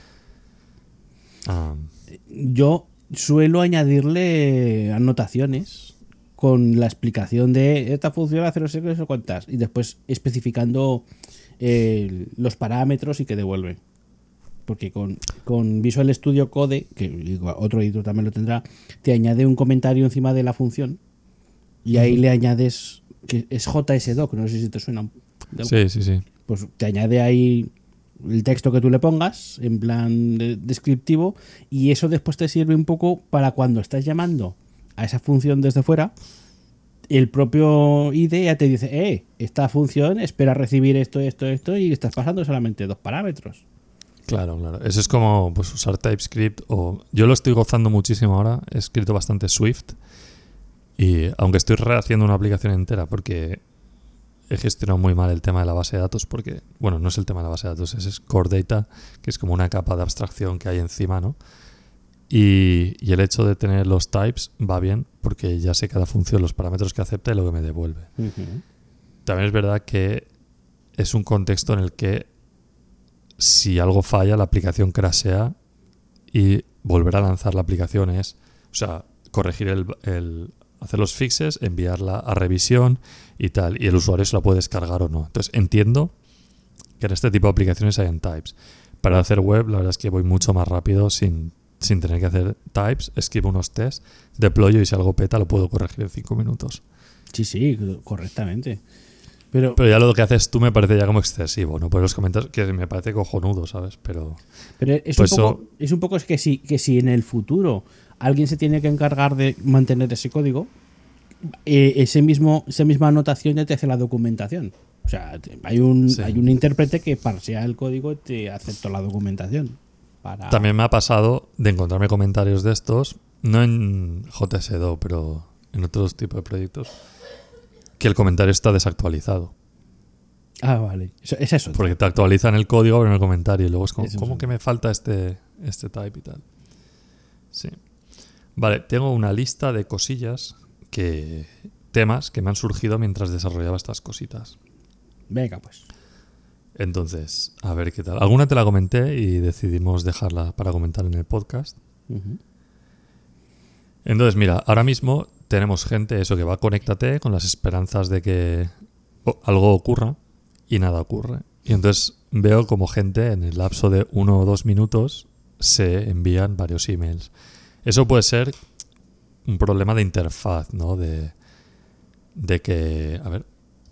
Yo suelo añadirle anotaciones con la explicación de esta función hace no sé qué, no sé cuántas, y después especificando los parámetros y que devuelve. Porque con Visual Studio Code, que otro editor también lo tendrá, te añade un comentario encima de la función y ahí le añades, que es JSDoc, no sé si te suena. Sí. Pues te añade ahí el texto que tú le pongas en plan descriptivo, y eso después te sirve un poco para cuando estás llamando a esa función desde fuera, el propio IDE ya te dice, esta función espera recibir esto, y estás pasando solamente 2 parámetros. Claro. Eso es como pues, usar TypeScript. Yo lo estoy gozando muchísimo ahora. He escrito bastante Swift. Y aunque estoy rehaciendo una aplicación entera porque he gestionado muy mal el tema de la base de datos, porque, bueno, no es el tema de la base de datos, es Core Data, que es como una capa de abstracción que hay encima, ¿no? Y el hecho de tener los types va bien, porque ya sé cada función, los parámetros que acepta y lo que me devuelve. También es verdad que es un contexto en el que si algo falla, la aplicación crashea y volver a lanzar la aplicación es, o sea, corregir hacer los fixes, enviarla a revisión y tal, y el usuario se la puede descargar o no. Entonces entiendo que en este tipo de aplicaciones hay en types. Para hacer web, la verdad es que voy mucho más rápido sin tener que hacer types, escribo unos tests, deployo y si algo peta lo puedo corregir en 5 minutos. Sí, correctamente. Pero ya lo que haces tú me parece ya como excesivo, ¿no? Pues los comentarios que me parece cojonudo, ¿sabes? Pero es, pues un poco es que si en el futuro alguien se tiene que encargar de mantener ese código, esa misma anotación ya te hace la documentación. O sea, hay un intérprete que parsea el código y te acepta la documentación. También me ha pasado de encontrarme comentarios de estos, no en JSDO, pero en otros tipos de proyectos, que el comentario está desactualizado. Ah, vale. Es eso. Porque te actualizan el código pero en el comentario y luego es como, ¿cómo que me falta este type y tal? Sí. Vale, tengo una lista de cosillas, temas que me han surgido mientras desarrollaba estas cositas. Venga, pues. Entonces, a ver qué tal. Alguna te la comenté y decidimos dejarla para comentar en el podcast. Uh-huh. Entonces, mira, ahora mismo tenemos gente que va a Conéctate con las esperanzas de que algo ocurra y nada ocurre. Y entonces veo como gente en el lapso de 1 o 2 minutos se envían varios emails. Eso puede ser un problema de interfaz, ¿no? De que, a ver,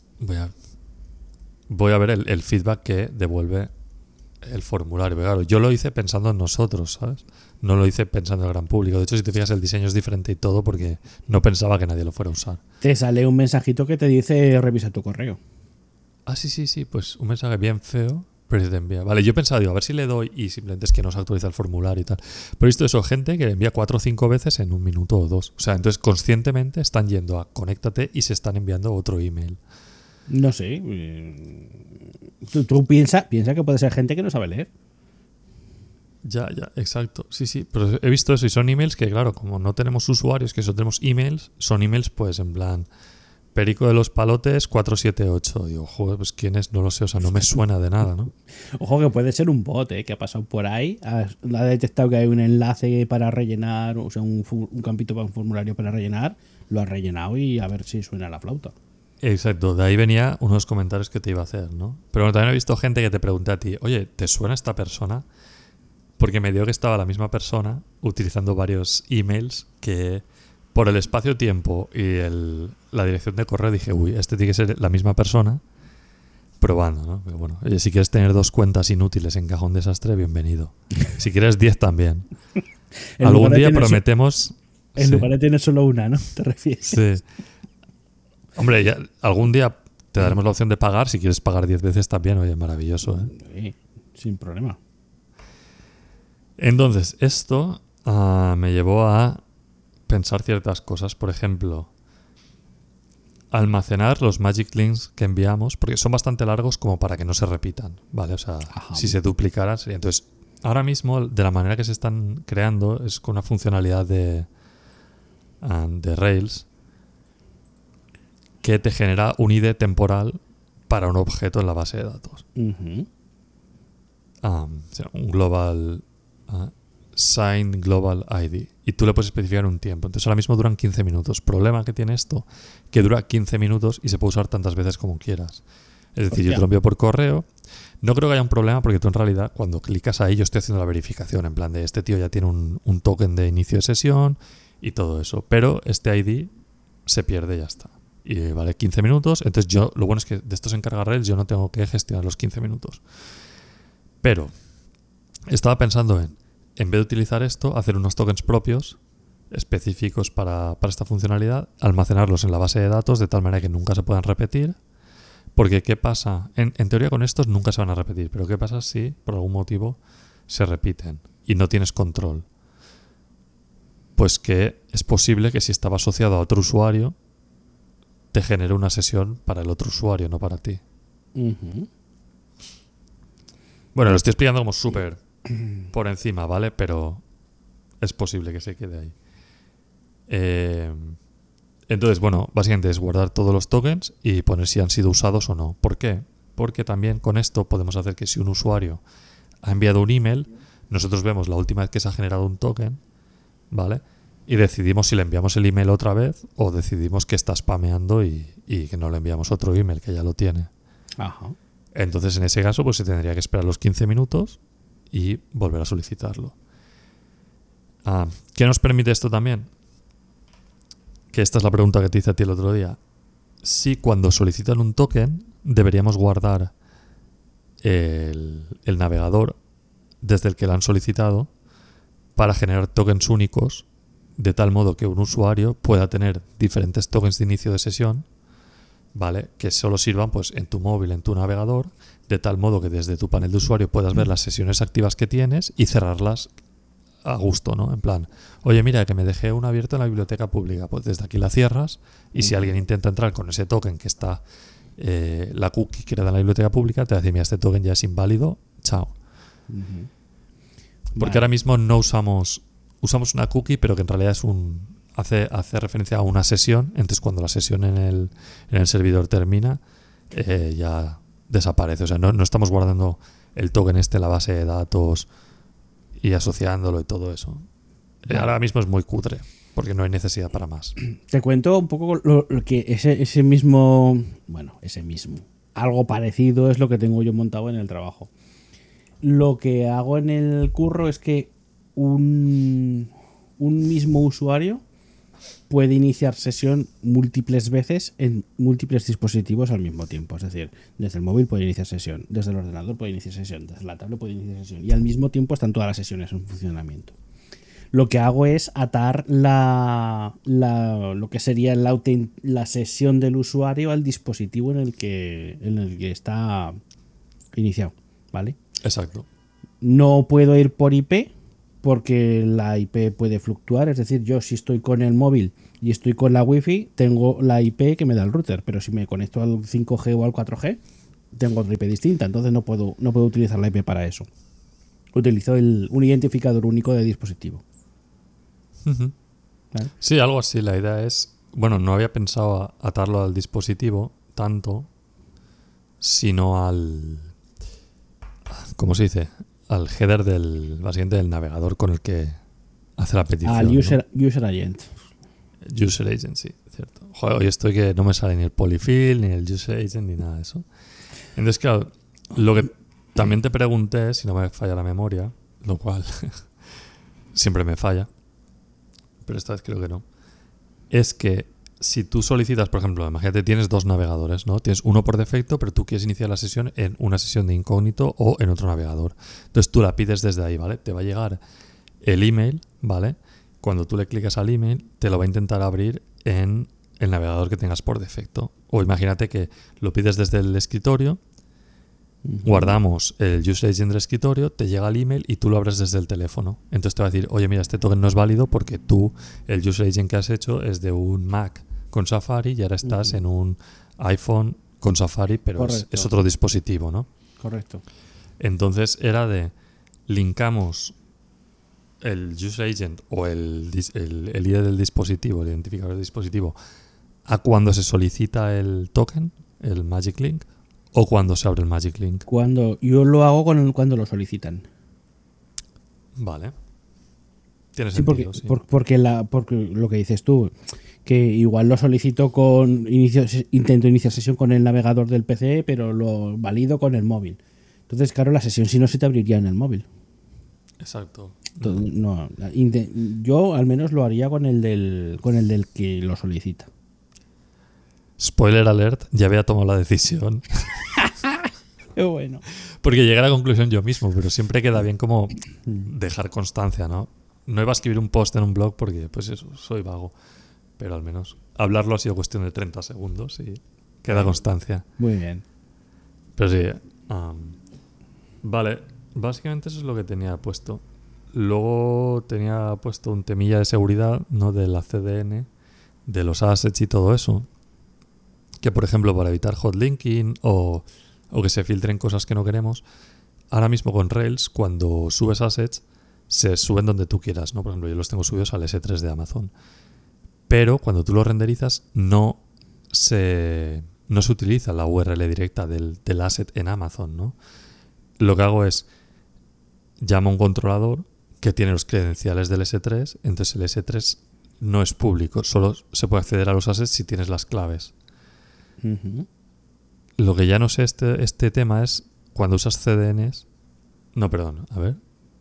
voy a ver el feedback que devuelve el formulario. Pero claro, yo lo hice pensando en nosotros, ¿sabes? No lo hice pensando en el gran público. De hecho, si te fijas, el diseño es diferente y todo porque no pensaba que nadie lo fuera a usar. Te sale un mensajito que te dice revisa tu correo. Ah, sí. Pues un mensaje bien feo, pero se te envía. Vale, yo pensaba, a ver si le doy y simplemente es que no se actualiza el formulario y tal. Pero he visto eso, gente que le envía 4 o 5 veces en 1 minuto o 2. O sea, entonces conscientemente están yendo a Conéctate y se están enviando otro email. No sé. Tú piensa que puede ser gente que no sabe leer. Ya, exacto. Sí. Pero he visto eso y son emails que, claro, como no tenemos usuarios, que solo tenemos emails, son emails pues en plan Perico de los Palotes 478. Digo, joder, pues quién es, no lo sé, o sea, no me suena de nada, ¿no? Ojo que puede ser un bot, que ha pasado por ahí, ha detectado que hay un enlace para rellenar, o sea, un campito para un formulario para rellenar, lo ha rellenado y a ver si suena la flauta. Exacto, de ahí venía unos comentarios que te iba a hacer, ¿no? Pero bueno, también he visto gente que te pregunta a ti, oye, ¿te suena esta persona? Porque me dio que estaba la misma persona utilizando varios emails que por el espacio-tiempo y la dirección de correo dije, uy, este tiene que ser la misma persona probando, ¿no? Pero bueno, oye, si quieres tener 2 cuentas inútiles en Cajón Desastre, bienvenido. Si quieres 10 también. Algún día prometemos... En lugar de tener solo una, ¿no? ¿Te refieres? Sí. Hombre, ya, algún día te daremos la opción de pagar. Si quieres pagar 10 veces también, oye, maravilloso, ¿eh? Sí, sin problema. Entonces, esto me llevó a pensar ciertas cosas. Por ejemplo, almacenar los magic links que enviamos, porque son bastante largos como para que no se repitan, ¿vale? O sea, si se duplicaran sería... Entonces, ahora mismo, de la manera que se están creando, es con una funcionalidad de Rails que te genera un ID temporal para un objeto en la base de datos. Uh-huh. O sea, un global sign global ID. Y tú le puedes especificar un tiempo. Entonces ahora mismo duran 15 minutos. Problema que tiene esto, que dura 15 minutos y se puede usar tantas veces como quieras. Es decir, yo te lo envío por correo. No creo que haya un problema porque tú en realidad cuando clicas ahí yo estoy haciendo la verificación en plan de este tío ya tiene un token de inicio de sesión y todo eso. Pero este ID se pierde y ya está. Y vale 15 minutos. Entonces yo, lo bueno es que de esto se encarga Rails, yo no tengo que gestionar los 15 minutos. Pero estaba pensando en vez de utilizar esto, hacer unos tokens propios específicos para esta funcionalidad, almacenarlos en la base de datos de tal manera que nunca se puedan repetir. Porque ¿qué pasa? En teoría con estos nunca se van a repetir, pero ¿qué pasa si por algún motivo se repiten y no tienes control? Pues que es posible que si estaba asociado a otro usuario te genere una sesión para el otro usuario, no para ti. Uh-huh. Bueno, lo estoy explicando como súper por encima, ¿vale? Pero es posible que se quede ahí. Entonces, bueno, básicamente es guardar todos los tokens y poner si han sido usados o no. ¿Por qué? Porque también con esto podemos hacer que si un usuario ha enviado un email, nosotros vemos la última vez que se ha generado un token, ¿vale? y decidimos si le enviamos el email otra vez o decidimos que está spameando y que no le enviamos otro email, que ya lo tiene. Ajá. Entonces, en ese caso, pues se tendría que esperar los 15 minutos y volver a solicitarlo. ¿Qué nos permite esto también? Que esta es la pregunta que te hice a ti el otro día. Si cuando solicitan un token deberíamos guardar el navegador desde el que lo han solicitado para generar tokens únicos, de tal modo que un usuario pueda tener diferentes tokens de inicio de sesión, ¿vale? Que solo sirvan pues en tu móvil, en tu navegador, de tal modo que desde tu panel de usuario puedas ver las sesiones activas que tienes y cerrarlas a gusto, ¿no? En plan, oye, mira, que me dejé una abierta en la biblioteca pública, pues desde aquí la cierras y si alguien intenta entrar con ese token que está la cookie creada en la biblioteca pública, te va a decir, mira, este token ya es inválido, chao. Porque Vale. ahora mismo no usamos una cookie, pero que en realidad es hace referencia a una sesión. Entonces cuando la sesión en el servidor termina, ya desaparece. O sea, no estamos guardando el token en la base de datos y asociándolo y todo eso. Vale. Ahora mismo es muy cutre, porque no hay necesidad para más. Te cuento un poco lo que ese mismo, algo parecido es lo que tengo yo montado en el trabajo. Lo que hago en el curro es que un mismo usuario puede iniciar sesión múltiples veces en múltiples dispositivos al mismo tiempo. Es decir, desde el móvil puede iniciar sesión, desde el ordenador puede iniciar sesión, desde la tablet puede iniciar sesión y al mismo tiempo están todas las sesiones en funcionamiento. Lo que hago es atar lo que sería la sesión del usuario al dispositivo en el que está iniciado, ¿vale? Exacto. No puedo ir por IP porque la IP puede fluctuar, es decir, yo si estoy con el móvil y estoy con la Wi-Fi, tengo la IP que me da el router, pero si me conecto al 5G o al 4G, tengo otra IP distinta, entonces no puedo utilizar la IP para eso. Utilizo un identificador único de dispositivo. Uh-huh. ¿Vale? Sí, algo así. La idea es, bueno, no había pensado atarlo al dispositivo tanto, sino al, ¿cómo se dice? Al header básicamente del navegador con el que hace la petición. Al user agent. User agent, sí, cierto. Joder, hoy estoy que no me sale ni el polyfill, ni el user agent, ni nada de eso. Entonces, claro, lo que también te pregunté, si no me falla la memoria, lo cual siempre me falla, pero esta vez creo que no, es que si tú solicitas, por ejemplo, imagínate, tienes dos navegadores, ¿no? Tienes uno por defecto, pero tú quieres iniciar la sesión en una sesión de incógnito o en otro navegador. Entonces tú la pides desde ahí, ¿vale? Te va a llegar el email, ¿vale? Cuando tú le clicas al email, te lo va a intentar abrir en el navegador que tengas por defecto. O imagínate que lo pides desde el escritorio, guardamos el user agent del escritorio, te llega el email y tú lo abres desde el teléfono. Entonces te va a decir, oye, mira, este token no es válido porque tú, el user agent que has hecho es de un Mac con Safari y ahora estás en un iPhone con Safari, pero es otro dispositivo, ¿no? Correcto. Entonces era de linkamos el user agent o el ID del dispositivo, el identificador del dispositivo, a cuando se solicita el token, el Magic Link, o cuando se abre el Magic Link. Cuando yo lo hago cuando lo solicitan. Vale. Tiene Sí, sentido, sí. porque lo que dices tú, que igual lo solicito intento iniciar sesión con el navegador del PC, pero lo valido con el móvil. Entonces, claro, la sesión si no se te abriría en el móvil. Exacto. Entonces, yo al menos lo haría con el del que lo solicita. Spoiler alert, ya había tomado la decisión. Qué bueno. Porque llegué a la conclusión yo mismo, pero siempre queda bien como dejar constancia, ¿no? No iba a escribir un post en un blog porque, pues eso, soy vago. Pero al menos hablarlo ha sido cuestión de 30 segundos y queda constancia. Muy bien. Pero sí, vale, básicamente eso es lo que tenía puesto. Luego tenía puesto un temilla de seguridad, ¿no? De la CDN, de los assets y todo eso. Que, por ejemplo, para evitar hotlinking o que se filtren cosas que no queremos, ahora mismo con Rails, cuando subes assets, se suben donde tú quieras, ¿no? Por ejemplo, yo los tengo subidos al S3 de Amazon. Pero cuando tú los renderizas, no se utiliza la URL directa del asset en Amazon, ¿no? Lo que hago es llamo a un controlador que tiene los credenciales del S3, entonces el S3 no es público. Solo se puede acceder a los assets si tienes las claves. Ujú. Lo que ya no sé este tema es cuando usas CDNs. No, perdón, a ver.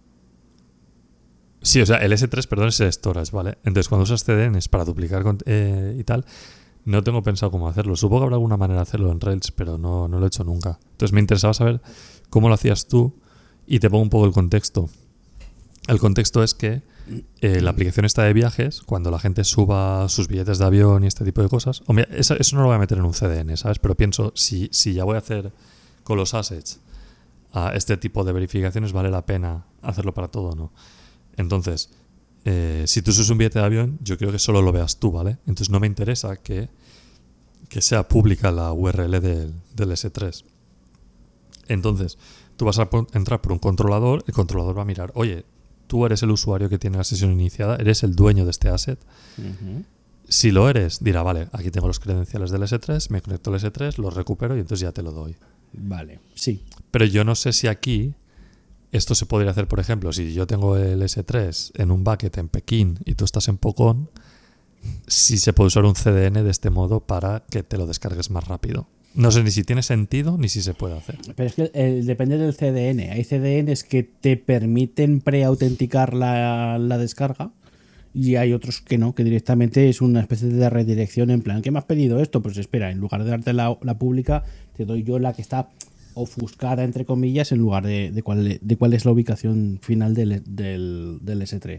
Sí, o sea, el S3, perdón, es el storage, ¿vale? Entonces, cuando usas CDNs para duplicar y tal, no tengo pensado cómo hacerlo. Supongo que habrá alguna manera de hacerlo en Rails, pero no lo he hecho nunca. Entonces, me interesaba saber cómo lo hacías tú y te pongo un poco el contexto. El contexto es que la aplicación está de viajes, cuando la gente suba sus billetes de avión y este tipo de cosas. Hombre, eso no lo voy a meter en un CDN, ¿sabes? Pero pienso, si ya voy a hacer con los assets a este tipo de verificaciones, ¿vale la pena hacerlo para todo o no? Entonces, si tú subes un billete de avión, yo creo que solo lo veas tú, ¿vale? Entonces no me interesa que sea pública la URL del S3. Entonces, tú vas a entrar por un controlador, el controlador va a mirar, oye, tú eres el usuario que tiene la sesión iniciada, eres el dueño de este asset. Ujú. Si lo eres, dirá, vale, aquí tengo los credenciales del S3, me conecto al S3, los recupero y entonces ya te lo doy. Vale, sí. Pero yo no sé si aquí esto se podría hacer, por ejemplo, si yo tengo el S3 en un bucket en Pekín y tú estás en Pucón, si se puede usar un CDN de este modo para que te lo descargues más rápido. No sé ni si tiene sentido ni si se puede hacer. Pero es que depende del CDN. Hay CDNs que te permiten preautenticar la descarga y hay otros que no, que directamente es una especie de redirección en plan, ¿qué me has pedido esto? Pues espera, en lugar de darte la pública, te doy yo la que está ofuscada, entre comillas, en lugar de cuál es la ubicación final del S3.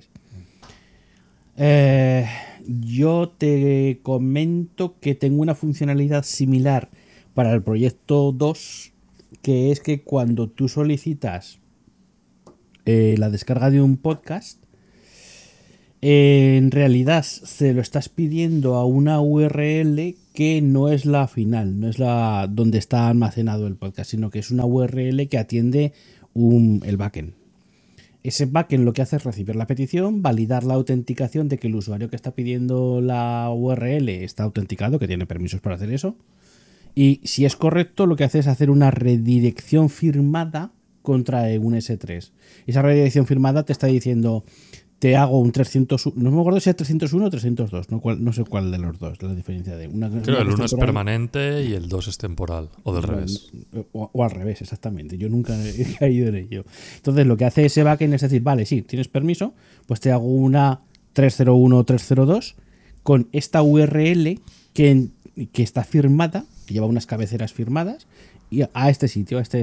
Yo te comento que tengo una funcionalidad similar para el proyecto 2, que es que cuando tú solicitas la descarga de un podcast, en realidad se lo estás pidiendo a una URL que no es la final, no es la donde está almacenado el podcast, sino que es una URL que atiende el backend. Ese backend lo que hace es recibir la petición, validar la autenticación de que el usuario que está pidiendo la URL está autenticado, que tiene permisos para hacer eso. Y si es correcto, lo que hace es hacer una redirección firmada contra un S3. Esa redirección firmada te está diciendo, te hago un 301, no me acuerdo si es 301 o 302, no sé cuál de los dos, la diferencia de una. Creo que el 1 es permanente y el 2 es temporal, o del revés. O al revés, exactamente. Yo nunca he caído en ello. Entonces, lo que hace ese backend es decir, vale, sí, tienes permiso, pues te hago una 301 o 302 con esta URL que está firmada, que lleva unas cabeceras firmadas, y a este sitio, a este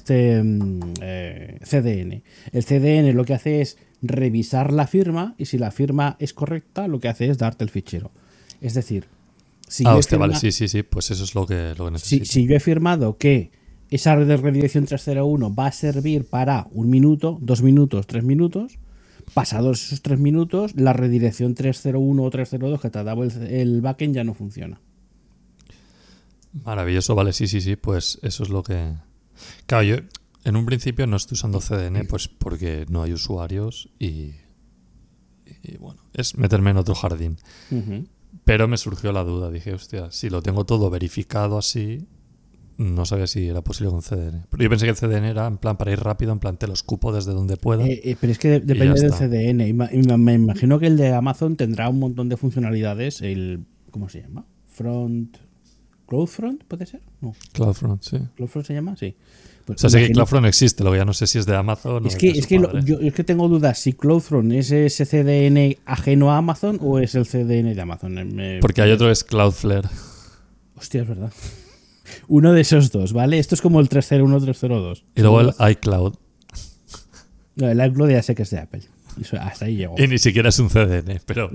CDN. El CDN lo que hace es revisar la firma y si la firma es correcta, lo que hace es darte el fichero. Es decir, si vale, sí, pues eso es lo que necesito. Si yo he firmado que esa redirección 301 va a servir para 1 minuto, 2 minutos, 3 minutos, pasados esos 3 minutos, la redirección 301 o 302 que te ha dado el backend ya no funciona. Maravilloso, vale, sí, pues eso es lo que... Claro, yo en un principio no estoy usando CDN pues porque no hay usuarios y bueno, es meterme en otro jardín. Uh-huh. Pero me surgió la duda, dije, hostia, si lo tengo todo verificado así, no sabía si era posible con CDN. Pero yo pensé que el CDN era en plan para ir rápido, en plan te lo escupo desde donde pueda. Pero es que depende del CDN. Y me imagino que el de Amazon tendrá un montón de funcionalidades. ¿Cómo se llama? ¿CloudFront puede ser? No. CloudFront, sí. ¿CloudFront se llama? Sí. Pues o sea, sé que CloudFront existe, lo que ya no sé si es de Amazon es que yo es que tengo dudas si CloudFront es ese CDN ajeno a Amazon o es el CDN de Amazon. Porque hay otro que es Cloudflare. Hostia, es verdad. Uno de esos dos, ¿vale? Esto es como el 301, 302. Y luego el iCloud. No, el iCloud ya sé que es de Apple. Hasta ahí llegó. Y ni siquiera es un CDN, pero...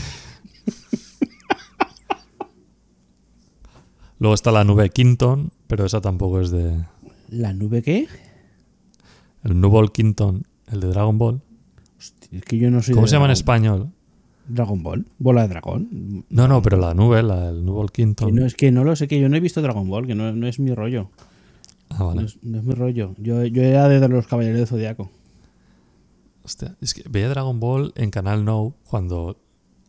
Luego está la nube Kinton, pero esa tampoco es de... ¿La nube qué? El Nubol Kinton, el de Dragon Ball. Hostia, es que yo no sé. ¿Cómo se llama en español? Dragon Ball, bola de dragón. No, pero la nube, el Nubol Kinton. Es que no lo sé, que yo no he visto Dragon Ball, que no es mi rollo. Ah, vale. No es mi rollo. Yo era de los Caballeros del Zodiaco. Hostia, es que veía Dragon Ball en Canal Now cuando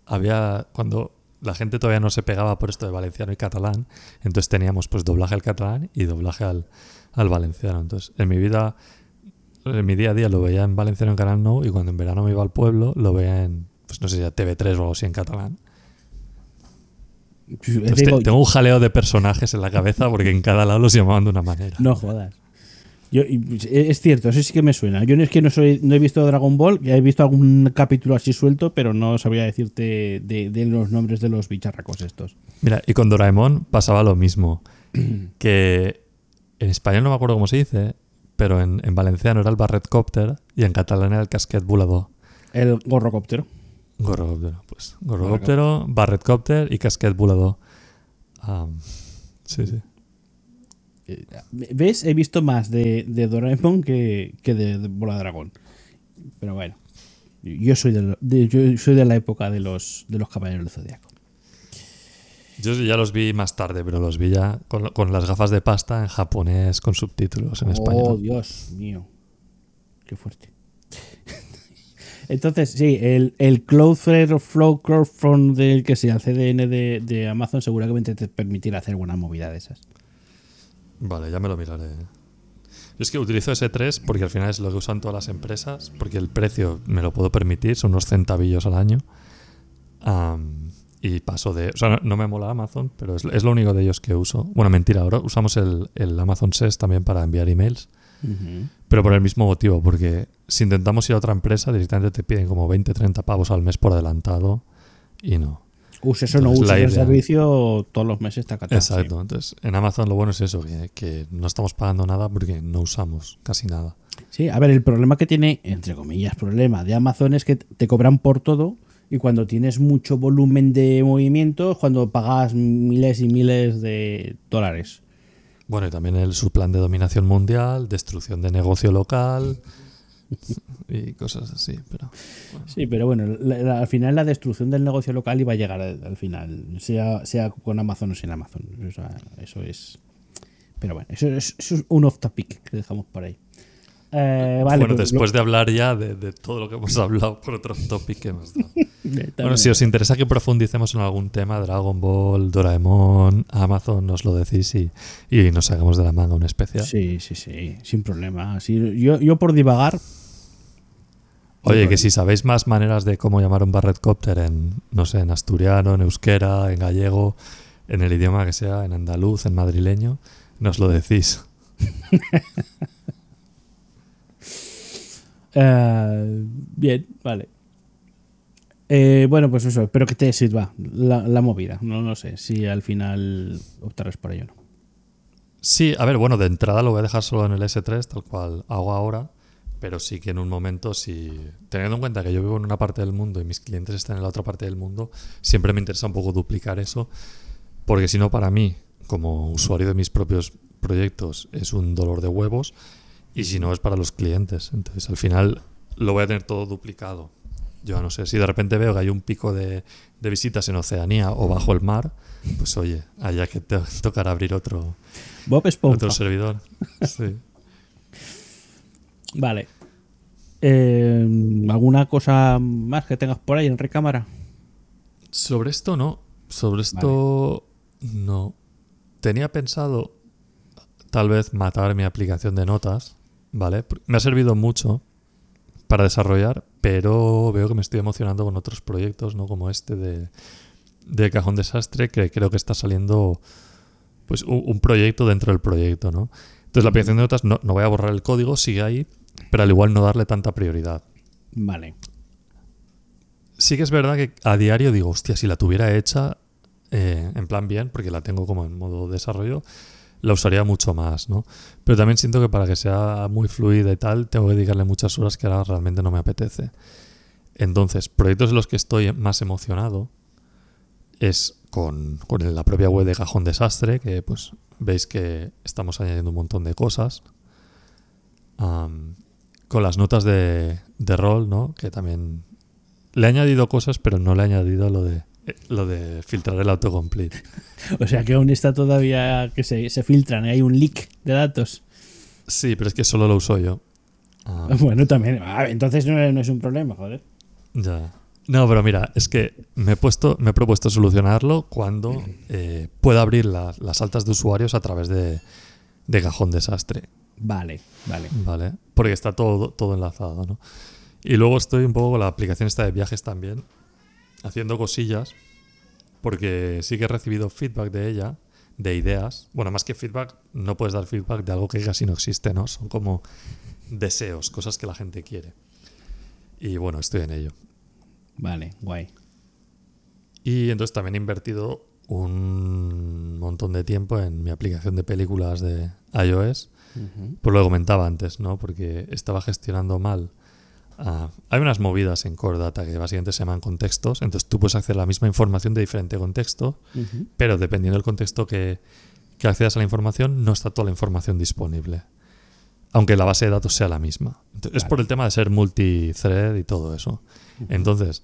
la gente todavía no se pegaba por esto de valenciano y catalán, entonces teníamos pues doblaje al catalán y doblaje al valenciano. Entonces, en mi día a día lo veía en valenciano en Canal Now y cuando en verano me iba al pueblo lo veía en pues no sé si a TV3 o algo así en catalán. Pues Tengo un jaleo de personajes en la cabeza porque en cada lado los llamaban de una manera. No jodas. Es cierto, eso sí que me suena. Yo es que no he visto Dragon Ball, ya he visto algún capítulo así suelto, pero no sabría decirte de los nombres de los bicharracos estos. Mira, y con Doraemon pasaba lo mismo. Que en español no me acuerdo cómo se dice, pero en valenciano era el barretcòpter y en catalán era el casquet volador. El gorrocóptero. Gorrocòptero, pues. Gorrocòptero, barretcòpter y casquet volador. Sí. ¿Ves? He visto más de Doraemon que de Bola Dragón. Pero bueno, yo soy de la época de los Caballeros del Zodiaco. Yo ya los vi más tarde, pero los vi ya con las gafas de pasta en japonés con subtítulos en español. Oh, Dios mío. Qué fuerte. Entonces, sí, el Cloudflare Flow Crowdfund del que sea el CDN de Amazon seguramente te permitirá hacer buena movida de esas. Vale, ya me lo miraré. Yo es que utilizo S3 porque al final es lo que usan todas las empresas, porque el precio me lo puedo permitir, son unos centavillos al año. Y paso de... O sea, no me mola Amazon, pero es lo único de ellos que uso. Bueno, mentira, ahora usamos el Amazon SES también para enviar emails. Uh-huh. Pero por el mismo motivo, porque si intentamos ir a otra empresa, directamente te piden como 20-30 pavos al mes por adelantado y no. Eso no uses el servicio todos los meses. Exacto. Sí. Entonces, en Amazon lo bueno es eso, que no estamos pagando nada porque no usamos casi nada. Sí, a ver, el problema que tiene, entre comillas, problema de Amazon es que te cobran por todo y cuando tienes mucho volumen de movimientos, cuando pagas miles y miles de dólares. Bueno, y también su plan de dominación mundial, destrucción de negocio local y cosas así. Pero bueno. Sí, pero bueno, al final la destrucción del negocio local iba a llegar al final, sea con Amazon o sin Amazon. Eso es... Pero bueno, eso es un off topic que dejamos por ahí. Vale, bueno, pues después de hablar ya de todo lo que hemos hablado por otro topic que hemos dado. Bueno, si os interesa que profundicemos en algún tema, Dragon Ball, Doraemon, Amazon, nos lo decís y nos hagamos de la manga un especial. Sí, sin problema. Sí, yo por divagar... Oye, que si sabéis más maneras de cómo llamar un barretcòpter en asturiano, en euskera, en gallego, en el idioma que sea, en andaluz, en madrileño, nos lo decís. Bien, vale. Bueno, pues eso, espero que te sirva la movida. No sé si al final optarás por ello o no. Sí, a ver, bueno, de entrada lo voy a dejar solo en el S3, tal cual hago ahora, pero sí que en un momento, teniendo en cuenta que yo vivo en una parte del mundo y mis clientes están en la otra parte del mundo, siempre me interesa un poco duplicar eso, porque si no, para mí, como usuario de mis propios proyectos, es un dolor de huevos. Y si no, es para los clientes. Entonces, al final, lo voy a tener todo duplicado. Yo no sé, si de repente veo que hay un pico de visitas en Oceanía o bajo el mar, pues oye, allá que te tocará abrir otro servidor. Sí. Vale. ¿Alguna cosa más que tengas por ahí en recámara? Sobre esto no. No. Tenía pensado tal vez matar mi aplicación de notas. ¿Vale? Me ha servido mucho para desarrollar, pero veo que me estoy emocionando con otros proyectos, ¿no? Como este de Cajón Desastre, que creo que está saliendo pues un proyecto dentro del proyecto, ¿no? Entonces la aplicación de notas no voy a borrar el código, sigue ahí, pero al igual no darle tanta prioridad. Vale. Sí que es verdad que a diario digo, hostia, si la tuviera hecha en plan bien, porque la tengo como en modo desarrollo, la usaría mucho más, ¿no? Pero también siento que para que sea muy fluida y tal, tengo que dedicarle muchas horas que ahora realmente no me apetece. Entonces, proyectos en los que estoy más emocionado es con la propia web de Cajón Desastre, que pues veis que estamos añadiendo un montón de cosas. Con las notas de rol, ¿no? Que también le he añadido cosas, pero no le he añadido lo de filtrar el autocomplete. O sea que aún está todavía que se filtran, hay un leak de datos. Sí, pero es que solo lo uso yo. Bueno, también. Entonces no es un problema, joder. Ya. No, pero mira, es que me he propuesto solucionarlo cuando pueda abrir las altas de usuarios a través de Cajón Desastre. Vale. Porque está todo enlazado, ¿no? Y luego estoy un poco con la aplicación esta de viajes también, haciendo cosillas, porque sí que he recibido feedback de ella, de ideas. Bueno, más que feedback, no puedes dar feedback de algo que casi no existe, ¿no? Son como deseos, cosas que la gente quiere. Y bueno, estoy en ello. Vale, guay. Y entonces también he invertido un montón de tiempo en mi aplicación de películas de iOS. Pues lo comentaba antes, ¿no? Porque estaba gestionando mal. Hay unas movidas en Core Data que básicamente se llaman contextos. Entonces tú puedes acceder a la misma información de diferente contexto, pero dependiendo del contexto que accedas a la información, no está toda la información disponible. Aunque la base de datos sea la misma. Entonces, Claro. Es por el tema de ser multithread y todo eso. Entonces,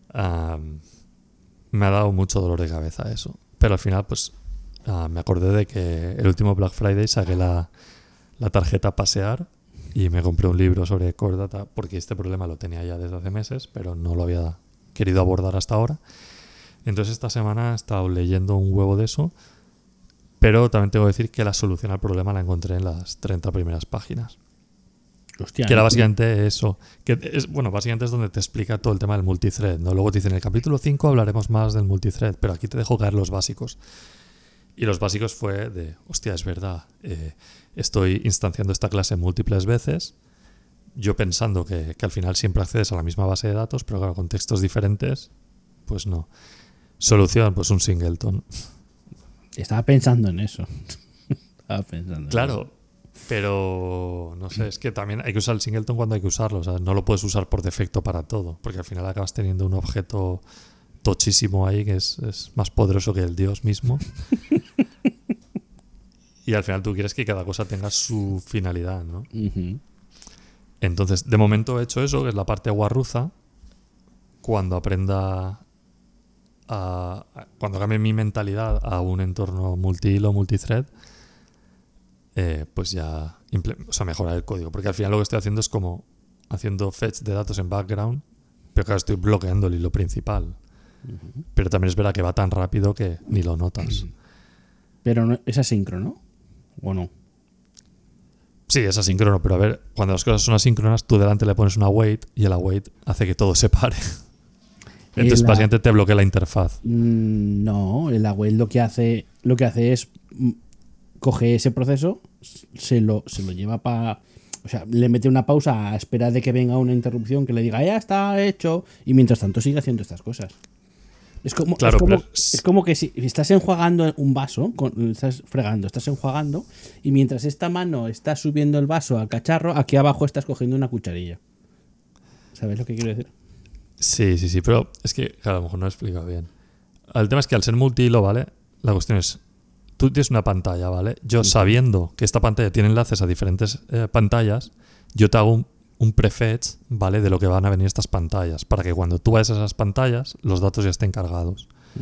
me ha dado mucho dolor de cabeza eso. Pero al final, pues, me acordé de que el último Black Friday saqué la tarjeta Pasear y me compré un libro sobre Core Data porque este problema lo tenía ya desde hace meses, pero no lo había querido abordar hasta ahora. Entonces esta semana he estado leyendo un huevo de eso, pero también tengo que decir que la solución al problema la encontré en las 30 primeras páginas. Hostia, Que era básicamente eso. Básicamente es donde te explica todo el tema del multithread, ¿no? Luego te dicen en el capítulo 5 hablaremos más del multithread, pero aquí te dejo caer los básicos. Y los básicos fue de, hostia, es verdad, estoy instanciando esta clase múltiples veces, yo pensando que al final siempre accedes a la misma base de datos, pero claro, con textos diferentes, pues no. Solución, pues un singleton. Estaba pensando en eso. Estaba pensando en eso. Claro, pero no sé, es que también hay que usar el singleton cuando hay que usarlo, o sea, no lo puedes usar por defecto para todo, porque al final acabas teniendo un objeto tochísimo ahí que es más poderoso que el Dios mismo. Y al final tú quieres que cada cosa tenga su finalidad, ¿no? Entonces, de momento he hecho eso, que es la parte guarruza. Cuando aprenda cuando cambie mi mentalidad a un entorno multihilo, multithread, pues ya mejorar el código. Porque al final lo que estoy haciendo es como haciendo fetch de datos en background, pero claro, estoy bloqueando el hilo principal. Pero también es verdad que va tan rápido que ni lo notas. Pero no, es asíncrono, ¿o no? Sí, es asíncrono, pero a ver, cuando las cosas son asíncronas, tú delante le pones una await y el await hace que todo se pare. Entonces, básicamente te bloquea la interfaz. No, el await lo que hace es coge ese proceso, se lo lleva para... O sea, le mete una pausa a esperar de que venga una interrupción que le diga, ya está hecho, y mientras tanto sigue haciendo estas cosas. Es como que si estás enjuagando un vaso, estás fregando, estás enjuagando, y mientras esta mano está subiendo el vaso al cacharro, aquí abajo estás cogiendo una cucharilla. ¿Sabes lo que quiero decir? Sí, pero es que claro, a lo mejor no lo he explicado bien. El tema es que al ser multihilo, ¿vale? La cuestión es, tú tienes una pantalla, ¿vale? Yo sabiendo que esta pantalla tiene enlaces a diferentes pantallas, yo te hago un prefetch, ¿vale? De lo que van a venir estas pantallas, para que cuando tú vayas a esas pantallas, los datos ya estén cargados.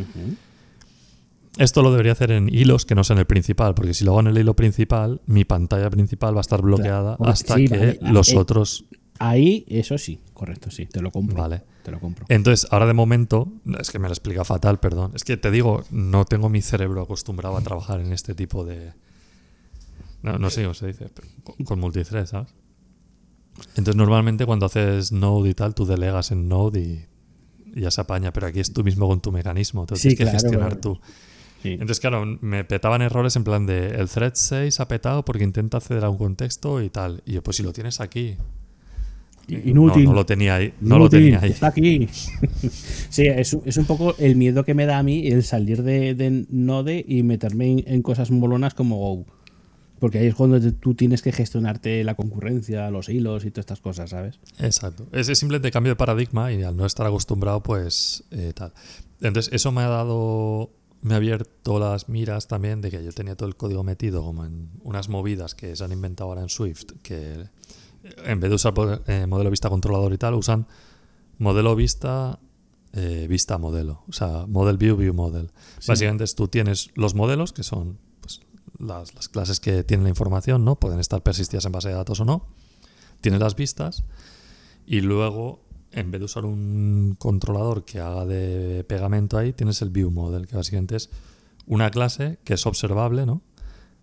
Esto lo debería hacer en hilos que no sean el principal, porque si lo hago en el hilo principal, mi pantalla principal va a estar bloqueada hasta que los otros... Ahí, eso sí, correcto, sí, te lo compro. Vale. Te lo compro. Entonces, ahora de momento, es que me lo explica fatal, perdón. Es que te digo, no tengo mi cerebro acostumbrado a trabajar en este tipo de... No sé cómo se dice, pero con multithread, ¿sabes? Entonces, normalmente cuando haces Node y tal, tú delegas en Node y ya se apaña, pero aquí es tú mismo con tu mecanismo, te lo tienes que gestionar tú. Sí. Entonces, claro, me petaban errores en plan de el thread 6 ha petado porque intenta acceder a un contexto y tal. Y yo, pues si lo tienes aquí... Inútil. No lo tenía ahí. No lo tenía ahí. Está aquí. Sí, es un poco el miedo que me da a mí el salir de Node y meterme en cosas molonas como Go. Porque ahí es cuando tú tienes que gestionarte la concurrencia, los hilos y todas estas cosas, ¿sabes? Exacto. Es simplemente cambio de paradigma y al no estar acostumbrado, pues tal. Entonces, eso me ha abierto las miras también de que yo tenía todo el código metido como en unas movidas que se han inventado ahora en Swift, que en vez de usar modelo vista controlador y tal, usan modelo vista vista modelo. O sea, model view, view model. Sí. Básicamente tú tienes los modelos, que son pues, las clases que tienen la información, ¿no? Pueden estar persistidas en base de datos o no. Tienes las vistas y luego, en vez de usar un controlador que haga de pegamento ahí, tienes el view model, que básicamente es una clase que es observable, ¿no?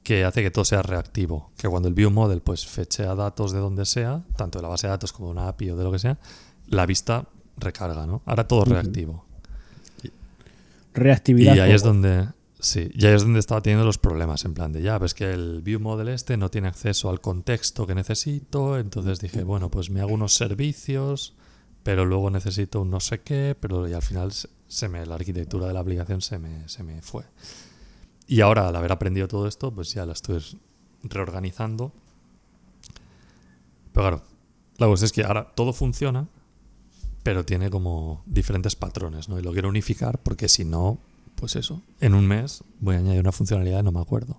que hace que todo sea reactivo. Que cuando el view model pues fechea datos de donde sea, tanto de la base de datos como de una API o de lo que sea, la vista recarga, ¿no? Ahora todo reactivo. Reactividad. Y ahí es donde... Sí, y ahí es donde estaba teniendo los problemas, en plan de ya, ves que el view model no tiene acceso al contexto que necesito, entonces dije, bueno, pues me hago unos servicios, pero luego necesito un no sé qué, pero y al final la arquitectura de la aplicación se me fue. Y ahora, al haber aprendido todo esto, pues ya la estoy reorganizando. Pero claro, la cosa es que ahora todo funciona, pero tiene como diferentes patrones, ¿no? Y lo quiero unificar porque si no... Pues eso, en un mes voy a añadir una funcionalidad y no me acuerdo.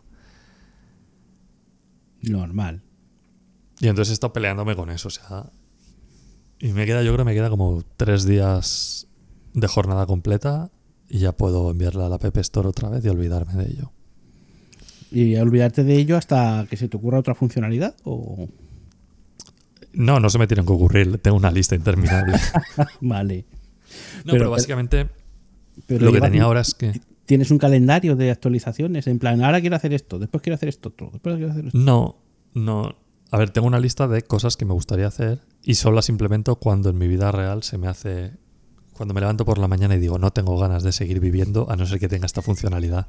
Normal. Y entonces he estado peleándome con eso, o sea... Y yo creo que me queda como 3 días de jornada completa y ya puedo enviarla a la App Store otra vez y olvidarme de ello. ¿Y olvidarte de ello hasta que se te ocurra otra funcionalidad? ¿O? No se me tienen que ocurrir, tengo una lista interminable. Vale. No, pero básicamente... Pero lo que tenía ahora es que... ¿Tienes un calendario de actualizaciones? En plan, ahora quiero hacer esto, después quiero hacer esto otro, después quiero hacer esto. No. A ver, tengo una lista de cosas que me gustaría hacer y solo las implemento cuando en mi vida real se me hace... Cuando me levanto por la mañana y digo, no tengo ganas de seguir viviendo a no ser que tenga esta funcionalidad.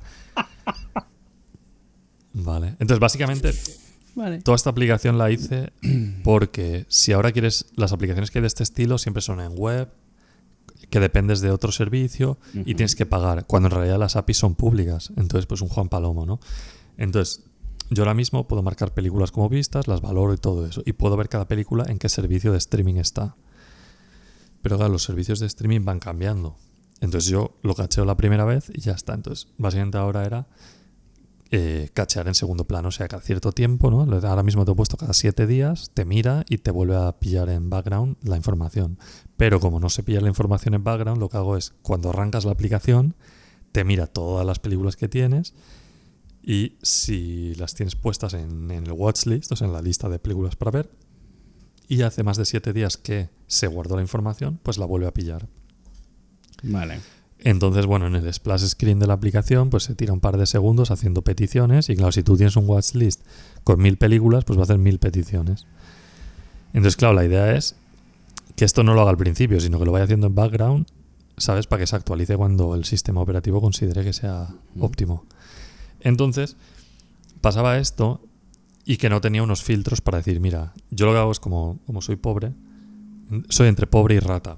Vale. Entonces, básicamente, toda esta aplicación la hice porque si ahora quieres... Las aplicaciones que hay de este estilo siempre son en web, que dependes de otro servicio y tienes que pagar, cuando en realidad las APIs son públicas. Entonces, pues un Juan Palomo, ¿no? Entonces, yo ahora mismo puedo marcar películas como vistas, las valoro y todo eso. Y puedo ver cada película en qué servicio de streaming está. Pero claro, los servicios de streaming van cambiando. Entonces yo lo cacheo la primera vez y ya está. Entonces, básicamente ahora era cachear en segundo plano. O sea, cada cierto tiempo, ¿no? Ahora mismo te he puesto cada 7 días, te mira y te vuelve a pillar en background la información. Pero como no se pilla la información en background, lo que hago es, cuando arrancas la aplicación, te mira todas las películas que tienes y si las tienes puestas en el watchlist, o sea, en la lista de películas para ver, y hace más de 7 días que se guardó la información, pues la vuelve a pillar. Vale. Entonces, bueno, en el splash screen de la aplicación pues se tira un par de segundos haciendo peticiones y claro, si tú tienes un watchlist con 1000 películas, pues va a hacer 1000 peticiones. Entonces, claro, la idea es que esto no lo haga al principio, sino que lo vaya haciendo en background, ¿sabes? Para que se actualice cuando el sistema operativo considere que sea óptimo. Entonces, pasaba esto y que no tenía unos filtros para decir, mira, yo lo que hago es como soy pobre, soy entre pobre y rata.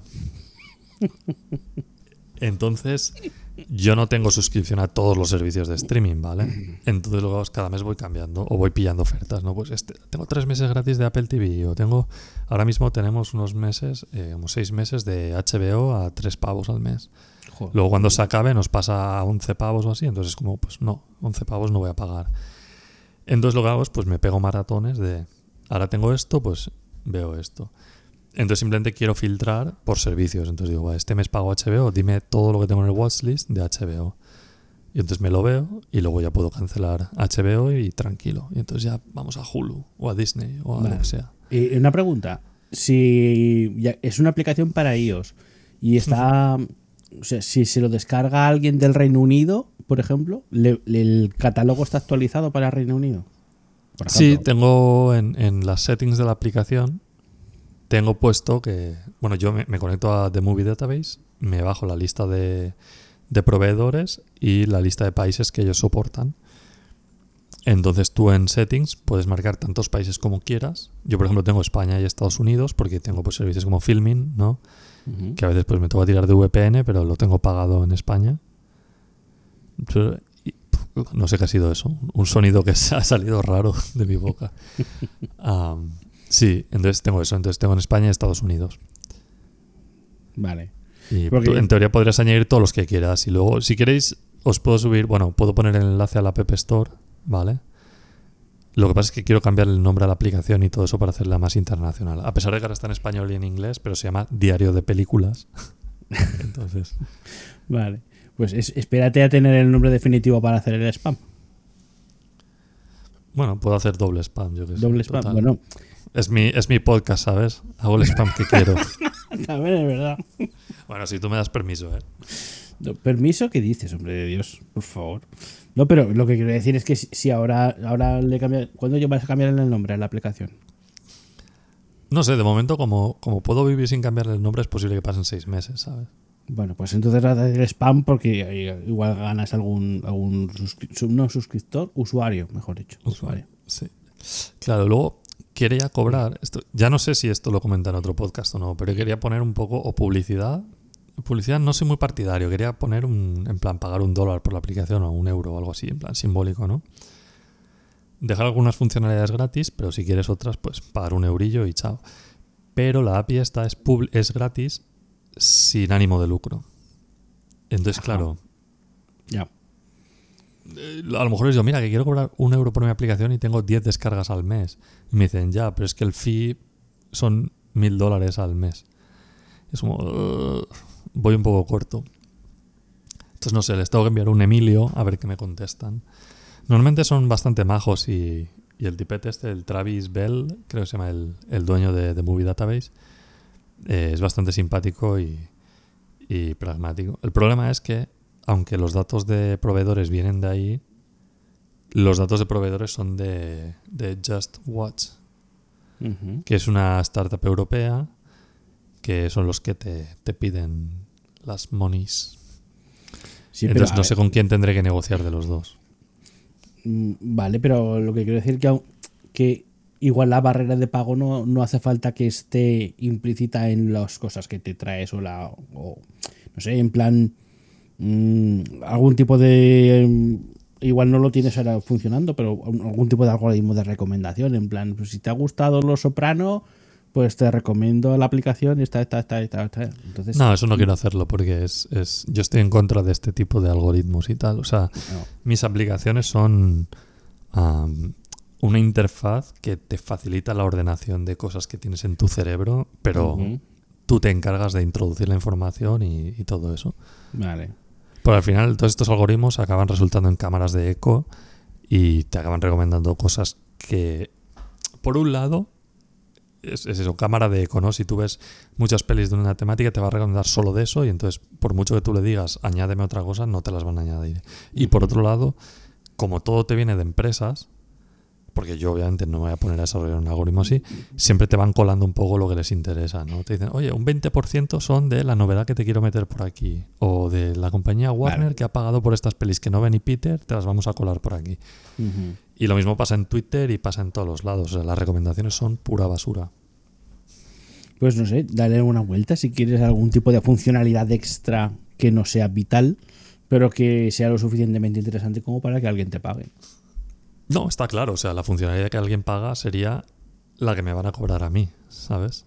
Entonces, yo no tengo suscripción a todos los servicios de streaming, ¿vale? Entonces lo que hago es cada mes voy cambiando o voy pillando ofertas, ¿no? Pues tengo 3 meses gratis de Apple TV o ahora mismo tenemos unos meses, como 6 meses de HBO a 3 pavos al mes. Joder. Luego cuando se acabe nos pasa a 11 pavos o así, entonces como, pues no, 11 pavos no voy a pagar. Entonces lo que hago es, pues me pego maratones de, ahora tengo esto, pues veo esto. Entonces simplemente quiero filtrar por servicios. Entonces digo, este mes pago HBO, dime todo lo que tengo en el watchlist de HBO. Y entonces me lo veo y luego ya puedo cancelar HBO y tranquilo. Y entonces ya vamos a Hulu o a Disney o a lo que sea. Una pregunta. Si es una aplicación para iOS y está... O sea, si se lo descarga alguien del Reino Unido, por ejemplo, ¿el catálogo está actualizado para el Reino Unido? Sí, tengo en las settings de la aplicación tengo puesto que, bueno, yo me conecto a The Movie Database, me bajo la lista de proveedores y la lista de países que ellos soportan. Entonces tú en settings puedes marcar tantos países como quieras. Yo, por ejemplo, tengo España y Estados Unidos porque tengo pues servicios como Filmin, ¿no? Que a veces pues me toca tirar de VPN, pero lo tengo pagado en España. No sé qué ha sido eso. Un sonido que se ha salido raro de mi boca. Sí, entonces tengo eso. Entonces tengo en España y Estados Unidos. Vale. Y tú, en teoría podrías añadir todos los que quieras. Y luego, si queréis, os puedo subir... Bueno, puedo poner el enlace a la App Store, ¿vale? Lo que pasa es que quiero cambiar el nombre a la aplicación y todo eso para hacerla más internacional. A pesar de que ahora está en español y en inglés, pero se llama Diario de Películas. Entonces... Vale. Pues espérate a tener el nombre definitivo para hacer el spam. Bueno, puedo hacer doble spam, yo que sé. Doble spam, bueno. Es mi podcast, ¿sabes? Hago el spam que quiero. También es verdad. Bueno, si tú me das permiso, ¿eh? No, ¿permiso? ¿Qué dices, hombre de Dios? Por favor. No, pero lo que quiero decir es que si ahora le cambia. ¿Cuándo vas a cambiar el nombre a la aplicación? No sé, de momento, como puedo vivir sin cambiarle el nombre, es posible que pasen 6 meses, ¿sabes? Bueno, pues entonces el spam porque igual ganas algún no suscriptor, usuario, mejor dicho. Usuario. Sí. Claro, luego quería cobrar, esto, ya no sé si esto lo comenté en otro podcast o no, pero quería poner un poco, o publicidad. Publicidad no soy muy partidario, quería poner en plan pagar $1 por la aplicación o €1 o algo así, en plan simbólico, ¿no? Dejar algunas funcionalidades gratis, pero si quieres otras, pues pagar €1 y chao. Pero la API esta es gratis sin ánimo de lucro. Entonces, claro, Ya. a lo mejor les digo, mira, que quiero cobrar €1 por mi aplicación y tengo 10 descargas al mes. Y me dicen, ya, pero es que el fee son $1,000 al mes. Es como, voy un poco corto. Entonces, no sé, les tengo que enviar un Emilio a ver qué me contestan. Normalmente son bastante majos y el tipete el Travis Bell, creo que se llama el dueño de Movie Database, es bastante simpático y pragmático. El problema es que, aunque los datos de proveedores vienen de ahí, los datos de proveedores son de Just Watch, que es una startup europea que son los que te piden las monies. Sí, entonces pero, no sé con quién tendré que negociar de los dos. Vale, pero lo que quiero decir que igual la barrera de pago no hace falta que esté implícita en las cosas que te traes o no sé, en plan algún tipo de igual no lo tienes ahora funcionando, pero algún tipo de algoritmo de recomendación, en plan, pues si te ha gustado Los Soprano, pues te recomiendo la aplicación esta. Entonces, No, eso no quiero hacerlo porque yo estoy en contra de este tipo de algoritmos y tal. O sea, mis aplicaciones son una interfaz que te facilita la ordenación de cosas que tienes en tu cerebro, pero tú te encargas de introducir la información y todo eso. Vale. Pero al final todos estos algoritmos acaban resultando en cámaras de eco y te acaban recomendando cosas que, por un lado, es eso, cámara de eco, ¿no? Si tú ves muchas pelis de una temática, te va a recomendar solo de eso y entonces, por mucho que tú le digas, añádeme otra cosa, no te las van a añadir. Y por otro lado, como todo te viene de empresas, porque yo obviamente no me voy a poner a desarrollar un algoritmo así, siempre te van colando un poco lo que les interesa, ¿no? Te dicen, oye, un 20% son de la novedad que te quiero meter por aquí, o de la compañía Warner que ha pagado por estas pelis que no ven ni Peter, te las vamos a colar por aquí. Y lo mismo pasa en Twitter y pasa en todos los lados. O sea, las recomendaciones son pura basura. Pues no sé, dale una vuelta si quieres algún tipo de funcionalidad extra que no sea vital, pero que sea lo suficientemente interesante como para que alguien te pague. No, está claro. O sea, la funcionalidad que alguien paga sería la que me van a cobrar a mí, ¿sabes?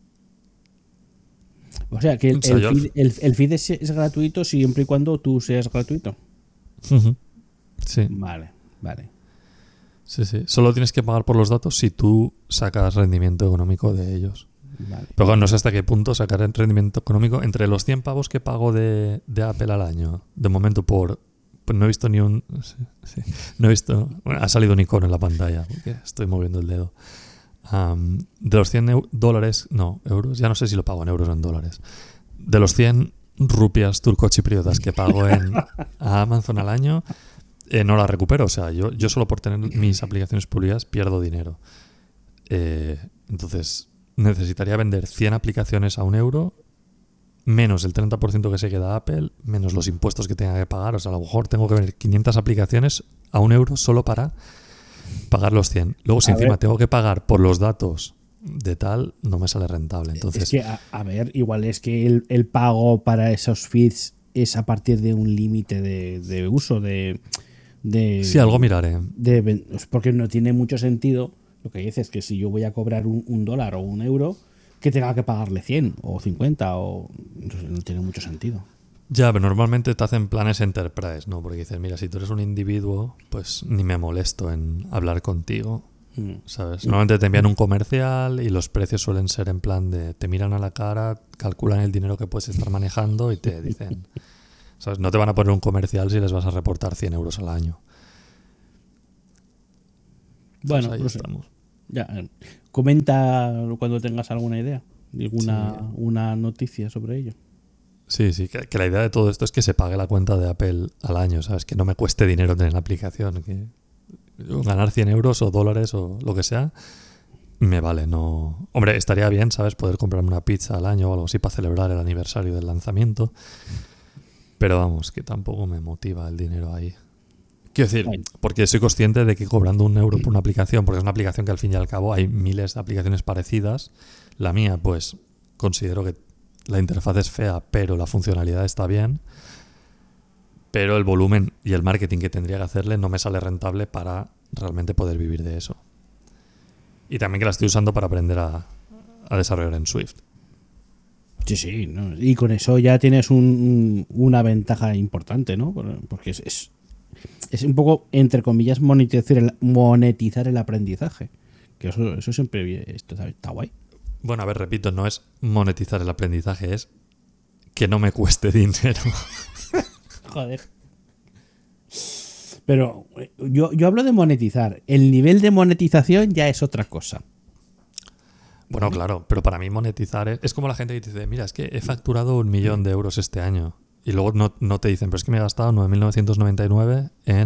O sea, que el feed es gratuito siempre y cuando tú seas gratuito. Sí. Vale. Sí. Solo tienes que pagar por los datos si tú sacas rendimiento económico de ellos. Vale. Pero bueno, no sé hasta qué punto sacar rendimiento económico entre los 100 pavos que pago de Apple al año. De momento pues no he visto ni un... Sí, no he visto... Bueno, ha salido un icono en la pantalla porque estoy moviendo el dedo. De los $100 no, euros, ya no sé si lo pago en euros o en dólares. De los 100 rupias turcochipriotas que pago a Amazon al año, no la recupero. O sea, yo solo por tener mis aplicaciones públicas pierdo dinero. Entonces necesitaría vender 100 aplicaciones a €1, menos el 30% que se queda a Apple, menos los impuestos que tenga que pagar. O sea, a lo mejor tengo que vender 500 aplicaciones a €1 solo para pagar los 100. Luego, si encima tengo que pagar por los datos de tal, no me sale rentable. Entonces, es que, a ver, igual es que el pago para esos feeds es a partir de un límite de uso, sí, algo miraré. Porque no tiene mucho sentido lo que dices, que si yo voy a cobrar un dólar o €1, que tenga que pagarle 100 o 50, no tiene mucho sentido. Ya, pero normalmente te hacen planes enterprise, ¿no? Porque dices, mira, si tú eres un individuo, pues ni me molesto en hablar contigo, ¿sabes? Normalmente te envían un comercial y los precios suelen ser en plan de te miran a la cara, calculan el dinero que puedes estar manejando y te dicen, ¿sabes? No te van a poner un comercial si les vas a reportar 100 euros al año. Bueno, pues ahí estamos. Ya, comenta cuando tengas alguna idea, una noticia sobre ello. Sí, sí, que la idea de todo esto es que se pague la cuenta de Apple al año, ¿sabes? Que no me cueste dinero tener la aplicación. Que ganar 100 euros o dólares o lo que sea, me vale, no... Hombre, estaría bien, ¿sabes? Poder comprarme una pizza al año o algo así para celebrar el aniversario del lanzamiento. Pero vamos, que tampoco me motiva el dinero ahí. Quiero decir, porque soy consciente de que cobrando 1 euro por una aplicación, porque es una aplicación que al fin y al cabo hay miles de aplicaciones parecidas, la mía, pues, considero que la interfaz es fea, pero la funcionalidad está bien, pero el volumen y el marketing que tendría que hacerle no me sale rentable para realmente poder vivir de eso. Y también que la estoy usando para aprender a desarrollar en Swift. Sí, sí, ¿no? Y con eso ya tienes una ventaja importante, ¿no? Porque es un poco, entre comillas, monetizar el aprendizaje. Que eso siempre está guay. Bueno, a ver, repito, no es monetizar el aprendizaje, es que no me cueste dinero. Joder. Pero yo hablo de monetizar. El nivel de monetización ya es otra cosa. Bueno, claro, pero para mí monetizar es como la gente que te dice, mira, es que he facturado 1.000.000 de euros este año. Y luego no te dicen, pero es que me he gastado 9.999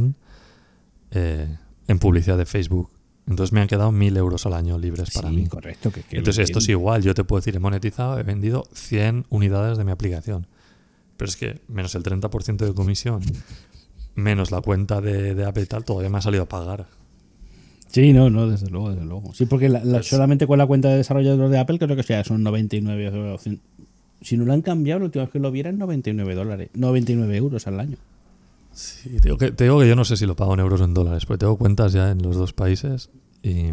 en publicidad de Facebook. Entonces me han quedado 1.000 euros al año libres para mí. Correcto. Entonces esto es igual, yo te puedo decir, he monetizado, he vendido 100 unidades de mi aplicación. Pero es que menos el 30% de comisión, menos la cuenta de Apple y tal, todavía me ha salido a pagar. Sí, no, desde luego, desde luego. Sí, porque solamente con la cuenta de desarrollador de Apple creo que sea, son 99 o 100. Si no lo han cambiado, la última vez que lo vieran, $99, 99 euros al año. Sí, te digo que yo no sé si lo pago en euros o en dólares, porque tengo cuentas ya en los dos países y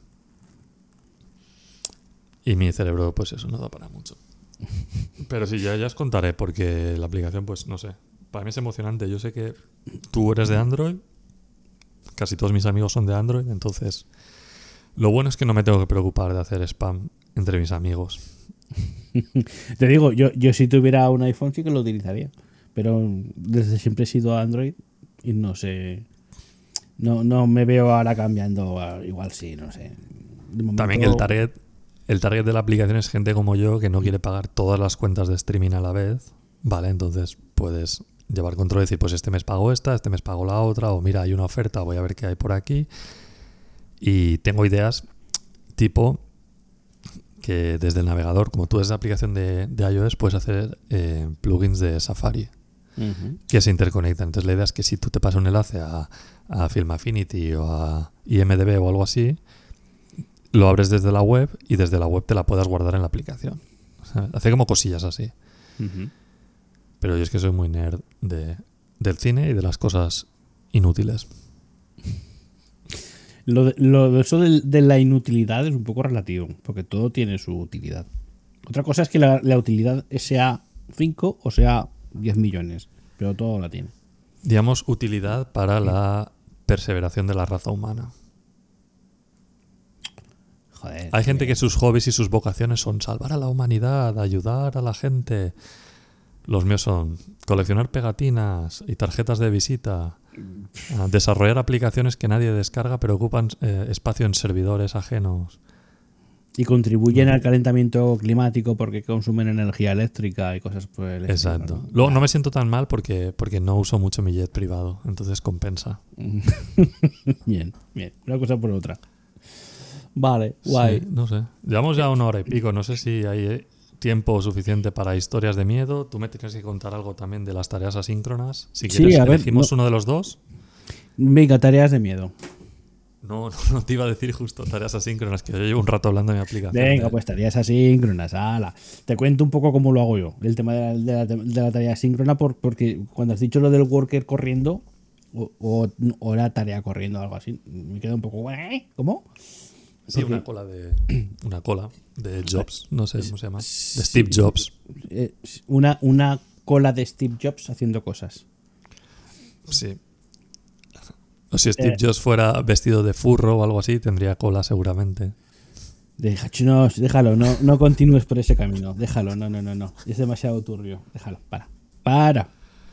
mi cerebro, pues eso, no da para mucho. Pero sí, ya os contaré, porque la aplicación, pues no sé, para mí es emocionante. Yo sé que tú eres de Android, casi todos mis amigos son de Android, entonces lo bueno es que no me tengo que preocupar de hacer spam entre mis amigos. Te digo, yo si tuviera un iPhone sí que lo utilizaría, pero desde siempre he sido Android y no sé, no me veo ahora cambiando, igual sí, no sé. De momento... También el target de la aplicación es gente como yo que no quiere pagar todas las cuentas de streaming a la vez, ¿vale? Entonces puedes llevar control y decir, pues este mes pago esta, este mes pago la otra, o mira, hay una oferta, voy a ver qué hay por aquí. Y tengo ideas tipo que desde el navegador, como tú desde la aplicación de iOS, puedes hacer plugins de Safari que se interconectan. Entonces la idea es que si tú te pasas un enlace a Film Affinity o a IMDb o algo así, lo abres desde la web y desde la web te la puedas guardar en la aplicación. O sea, hace como cosillas así. Pero yo es que soy muy nerd del cine y de las cosas inútiles. Eso de la inutilidad es un poco relativo, porque todo tiene su utilidad. Otra cosa es que la utilidad sea 5 o sea 10 millones, pero todo la tiene. Digamos, utilidad para la perseveración de la raza humana. Joder. Hay gente que sus hobbies y sus vocaciones son salvar a la humanidad, ayudar a la gente. Los míos son coleccionar pegatinas y tarjetas de visita, desarrollar aplicaciones que nadie descarga pero ocupan espacio en servidores ajenos. Y contribuyen al calentamiento climático porque consumen energía eléctrica y cosas por el estilo. Exacto. ¿No? Luego no me siento tan mal porque no uso mucho mi jet privado, entonces compensa. Bien. Una cosa por otra. Vale, guay. Sí, no sé. Llevamos ya 1 hora y pico, no sé si hay tiempo suficiente para historias de miedo. Tú me tienes que contar algo también de las tareas asíncronas. Si quieres, elegimos uno de los dos. Venga, tareas de miedo. No te iba a decir justo tareas asíncronas, que yo llevo un rato hablando de mi aplicación. Venga, pues tareas asíncronas. ¡Hala! Te cuento un poco cómo lo hago yo, el tema de la tarea asíncrona, porque cuando has dicho lo del worker corriendo, o la tarea corriendo o algo así, me queda un poco... ¿Cómo? Sí, porque una cola de Jobs, no sé cómo se llama, de Steve Jobs. Una cola de Steve Jobs haciendo cosas. Sí. O si Steve Jobs fuera vestido de furro o algo así, tendría cola seguramente. Déjalo, no continúes por ese camino. Déjalo, no. Es demasiado turbio. Déjalo, para.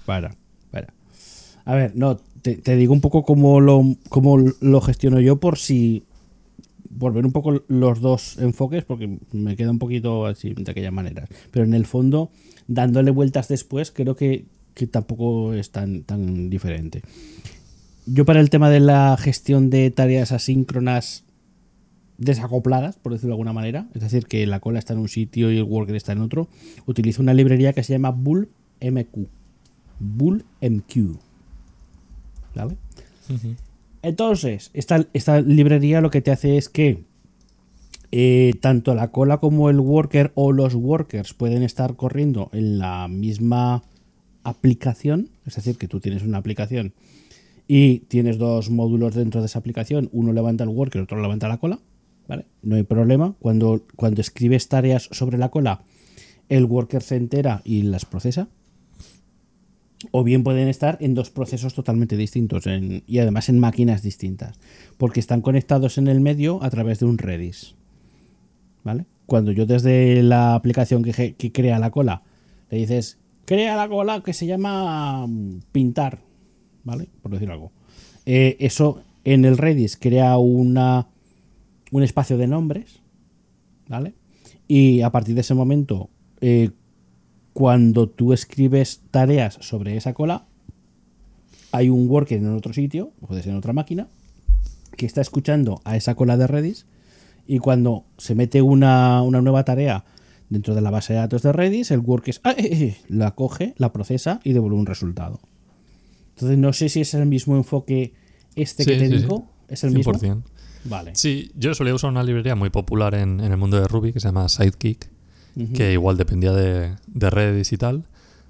A ver, te digo un poco cómo lo gestiono yo por ver un poco los dos enfoques, porque me queda un poquito así de aquellas maneras. Pero en el fondo dándole vueltas después, creo que tampoco es tan diferente. Yo para el tema de la gestión de tareas asíncronas desacopladas, por decirlo de alguna manera, es decir, que la cola está en un sitio y el worker está en otro, utilizo una librería que se llama BullMQ. BullMQ. ¿Vale? Ujú. Entonces, esta librería lo que te hace es que tanto la cola como el worker o los workers pueden estar corriendo en la misma aplicación, es decir, que tú tienes una aplicación y tienes dos módulos dentro de esa aplicación, uno levanta el worker, otro levanta la cola, ¿vale? No hay problema. Cuando escribes tareas sobre la cola, el worker se entera y las procesa. O bien pueden estar en dos procesos totalmente distintos y además en máquinas distintas, porque están conectados en el medio a través de un Redis. ¿Vale? Cuando yo desde la aplicación que crea la cola le dices, crea la cola que se llama pintar, ¿vale? Por decir algo. Eso en el Redis crea un espacio de nombres, ¿vale? Y a partir de ese momento, cuando tú escribes tareas sobre esa cola, hay un worker en otro sitio, puede ser en otra máquina, que está escuchando a esa cola de Redis, y cuando se mete una nueva tarea dentro de la base de datos de Redis, el worker la coge, la procesa y devuelve un resultado. Entonces no sé si es el mismo enfoque que te digo. Sí. ¿Es el 100%. mismo? Vale. Sí, yo solía usar una librería muy popular en el mundo de Ruby que se llama Sidekick, que igual dependía de Redis y tal.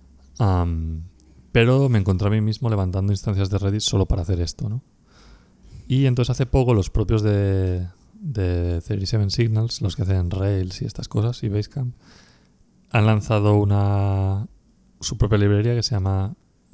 Pero me encontré a mí mismo levantando instancias de Redis solo para hacer esto, ¿no? Y entonces hace poco los propios de 37 Signals, los que hacen Rails y estas cosas, y Basecamp, han lanzado su propia librería que se llama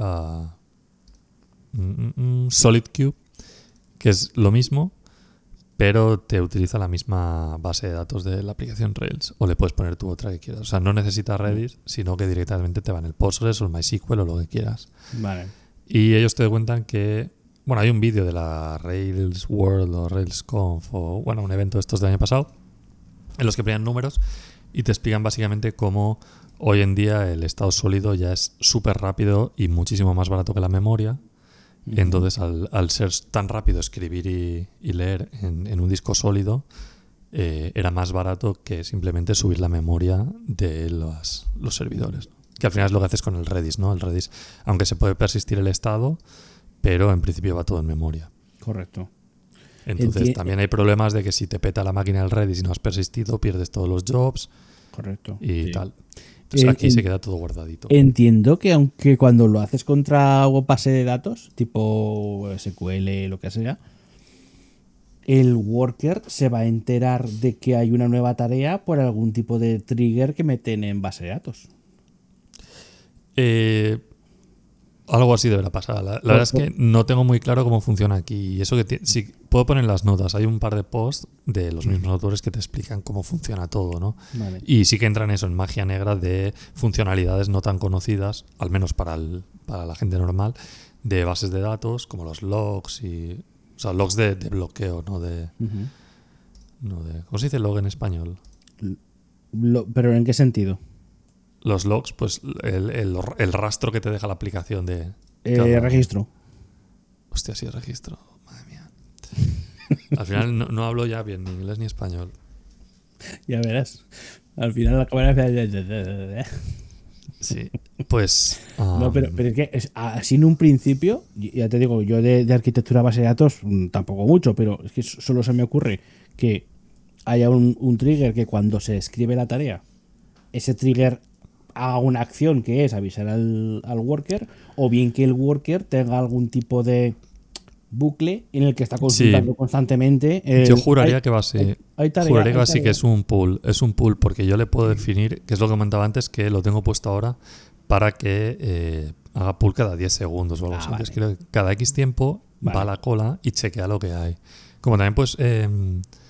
SolidCube, que es lo mismo, pero te utiliza la misma base de datos de la aplicación Rails, o le puedes poner tú otra que quieras. O sea, no necesitas Redis, sino que directamente te va en el Postgres o el MySQL o lo que quieras. Vale. Y ellos te cuentan que, bueno, hay un vídeo de la Rails World o RailsConf o, bueno, un evento de estos del año pasado, en los que ponían números y te explican básicamente cómo hoy en día el estado sólido ya es súper rápido y muchísimo más barato que la memoria. Entonces, al ser tan rápido escribir y leer en un disco sólido, era más barato que simplemente subir la memoria de los servidores, ¿no? Que al final es lo que haces con el Redis, ¿no? El Redis, aunque se puede persistir el estado, pero en principio va todo en memoria. Correcto. Entonces, también hay problemas de que si te peta la máquina del Redis y no has persistido, pierdes todos los jobs. Correcto. Y tal. Entonces aquí se queda todo guardadito. Entiendo que aunque cuando lo haces contra base de datos, tipo SQL, lo que sea, el worker se va a enterar de que hay una nueva tarea por algún tipo de trigger que meten en base de datos. Algo así deberá pasar. La verdad es que no tengo muy claro cómo funciona aquí. Y eso que sí, puedo poner en las notas. Hay un par de posts de los mismos autores que te explican cómo funciona todo, ¿no? Vale. Y sí que entran eso en magia negra de funcionalidades no tan conocidas, al menos para la gente normal, de bases de datos como los logs y, o sea, logs de bloqueo, no de ¿cómo se dice log en español? ¿Pero en qué sentido? Los logs, pues el rastro que te deja la aplicación de... Registro. Hostia, sí, registro. Madre mía. Al final no hablo ya bien ni inglés ni español. Ya verás. Al final la cámara... Sí, pues... No, pero es que así en un principio, ya te digo, yo de arquitectura base de datos tampoco mucho, pero es que solo se me ocurre que haya un trigger que cuando se escribe la tarea, ese trigger haga una acción que es avisar al worker, o bien que el worker tenga algún tipo de bucle en el que está consultando constantemente. Yo juraría que va así. Juraría que va así, que es un pool. Es un pool porque yo le puedo definir, que es lo que comentaba antes, que lo tengo puesto ahora para que haga pool cada 10 segundos o algo así. Vale. Entonces creo que cada X tiempo va a la cola y chequea lo que hay. Como también pues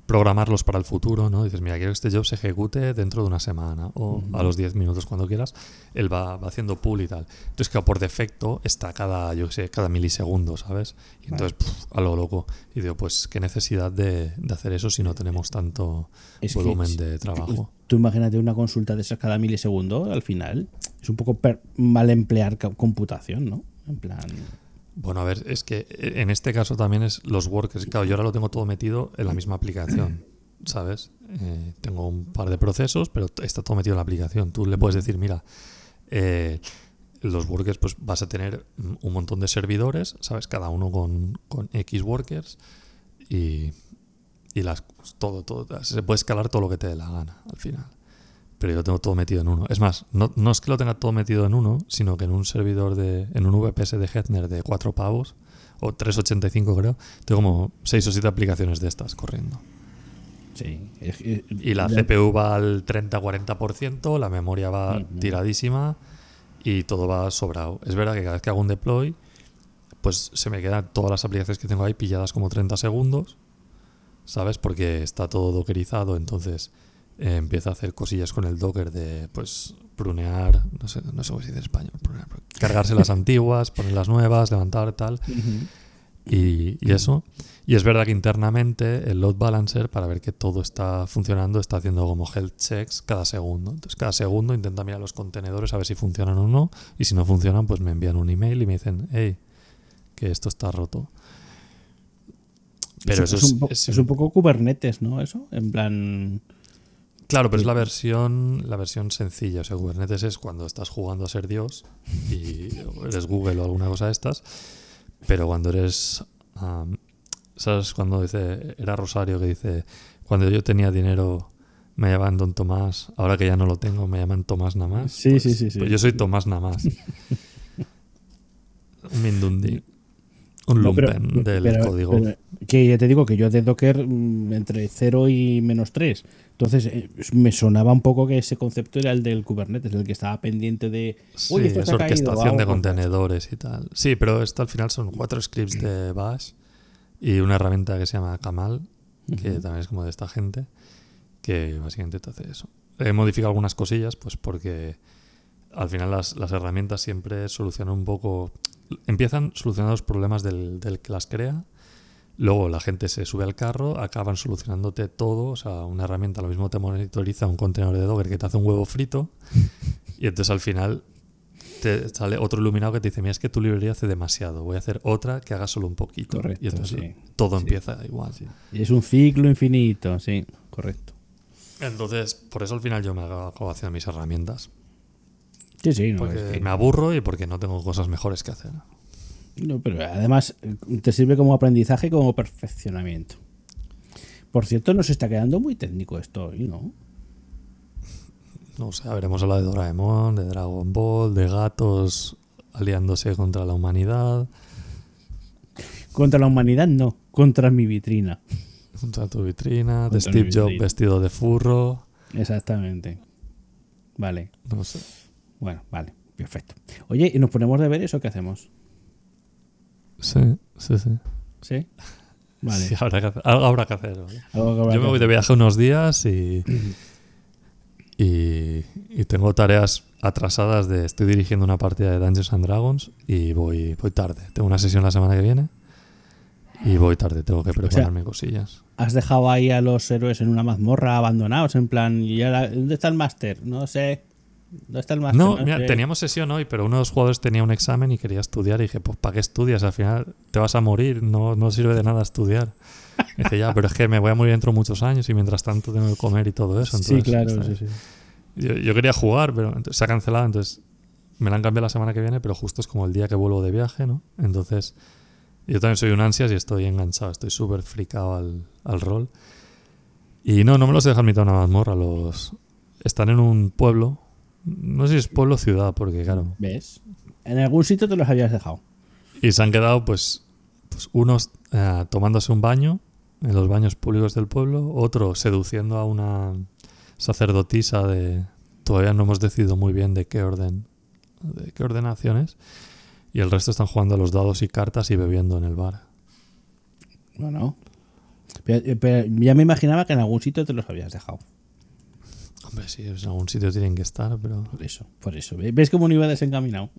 programarlos para el futuro, ¿no? Dices, mira, quiero que este job se ejecute dentro de una semana o a los 10 minutos, cuando quieras. Él va haciendo pull y tal. Entonces, claro, por defecto está cada milisegundo, ¿sabes? Y entonces, a lo loco. Y digo, pues, ¿qué necesidad de hacer eso si no tenemos tanto volumen de trabajo? Tú imagínate una consulta de esas cada milisegundo, al final. Es un poco mal emplear computación, ¿no? En plan... Bueno, a ver, es que en este caso también es los workers. Claro, yo ahora lo tengo todo metido en la misma aplicación, ¿sabes? Tengo un par de procesos, pero está todo metido en la aplicación. Tú le puedes decir, mira, los workers, pues vas a tener un montón de servidores, ¿sabes? Cada uno con X workers y todo, se puede escalar todo lo que te dé la gana al final. Pero yo tengo todo metido en uno. Es más, no es que lo tenga todo metido en uno, sino que en un servidor en un VPS de Hetzner de 4 pavos, o 3,85 creo, tengo como 6 o 7 aplicaciones de estas corriendo. Sí. Y la CPU va al 30-40%, la memoria va tiradísima y todo va sobrado. Es verdad que cada vez que hago un deploy, pues se me quedan todas las aplicaciones que tengo ahí pilladas como 30 segundos, ¿sabes? Porque está todo dockerizado, entonces... empieza a hacer cosillas con el Docker de pues prunear, no sé cómo se dice en español, cargarse las antiguas, poner las nuevas, levantar tal y eso. Y es verdad que internamente el load balancer, para ver que todo está funcionando, está haciendo como health checks cada segundo. Entonces cada segundo intenta mirar los contenedores a ver si funcionan o no, y si no funcionan pues me envían un email y me dicen, hey, que esto está roto. Pero eso es un poco Kubernetes, ¿no? Eso, en plan... Claro, pero es la versión sencilla. O sea, Kubernetes es cuando estás jugando a ser Dios y eres Google o alguna cosa de estas. Pero cuando eres... ¿sabes? Cuando era Rosario que dice, cuando yo tenía dinero me llamaban Don Tomás, ahora que ya no lo tengo me llaman Tomás nada más. Sí, pues, sí. Pues yo soy Tomás nada más. Un Mindundi. Un lumpen del código. Pero, que ya te digo que yo de Docker entre 0 y -3. Entonces me sonaba un poco que ese concepto era el del Kubernetes, el que estaba pendiente de... Sí, esto es se ha caído, orquestación de contenedores y tal. Sí, pero esto al final son 4 scripts de Bash y una herramienta que se llama Kamal, que también es como de esta gente, que básicamente te hace eso. He modificado algunas cosillas, pues porque al final las herramientas siempre solucionan un poco... Empiezan solucionando los problemas del que las crea, luego la gente se sube al carro, acaban solucionándote todo. O sea, una herramienta lo mismo te monitoriza un contenedor de Docker que te hace un huevo frito y entonces al final te sale otro iluminado que te dice, mira, es que tu librería hace demasiado, voy a hacer otra que haga solo un poquito. Correcto, y entonces sí. todo empieza igual. Sí. Y es un ciclo infinito, sí, correcto. Entonces, por eso al final yo me acabo haciendo mis herramientas. Sí, no, porque me aburro y porque no tengo cosas mejores que hacer. No, pero además te sirve como aprendizaje y como perfeccionamiento. Por cierto, nos está quedando muy técnico esto hoy, ¿no? No sé, habremos hablado de Doraemon, de Dragon Ball, de gatos aliándose contra la humanidad. Contra la humanidad no, contra mi vitrina. Contra tu vitrina, de Steve Jobs vestido de furro. Exactamente. Vale. No sé. Bueno, vale, perfecto. Oye, ¿y nos ponemos deberes o qué hacemos? Sí. ¿Sí? Vale. Sí, algo habrá que hacer. ¿Vale? Yo me voy de viaje unos días y tengo tareas atrasadas estoy dirigiendo una partida de Dungeons and Dragons y voy tarde. Tengo una sesión la semana que viene y voy tarde, tengo que prepararme cosillas. ¿Has dejado ahí a los héroes en una mazmorra abandonados? En plan, ¿y ahora dónde está el máster? No sé. ¿Dónde está el máster? No, mira, teníamos sesión hoy, pero uno de los jugadores tenía un examen y quería estudiar y dije, pues ¿para qué estudias? Al final te vas a morir, no sirve de nada estudiar. Y dice, ya, pero es que me voy a morir dentro de muchos años y mientras tanto tengo que comer y todo eso. Entonces, sí, claro, sí. Yo quería jugar, pero se ha cancelado, entonces me la han cambiado la semana que viene, pero justo es como el día que vuelvo de viaje, ¿no? Entonces yo también soy un ansias y estoy enganchado, estoy súper fricado al rol. Y no me los dejan mitad de una mazmorra, están en un pueblo. No sé si es pueblo o ciudad, porque claro. ¿Ves? En algún sitio te los habías dejado. Y se han quedado, pues unos tomándose un baño en los baños públicos del pueblo, otro seduciendo a una sacerdotisa todavía no hemos decidido muy bien de qué ordenaciones, y el resto están jugando a los dados y cartas y bebiendo en el bar. Bueno, Pero ya me imaginaba que en algún sitio te los habías dejado. Hombre, sí, en algún sitio tienen que estar, pero... Por eso. ¿Ves cómo no iba desencaminado?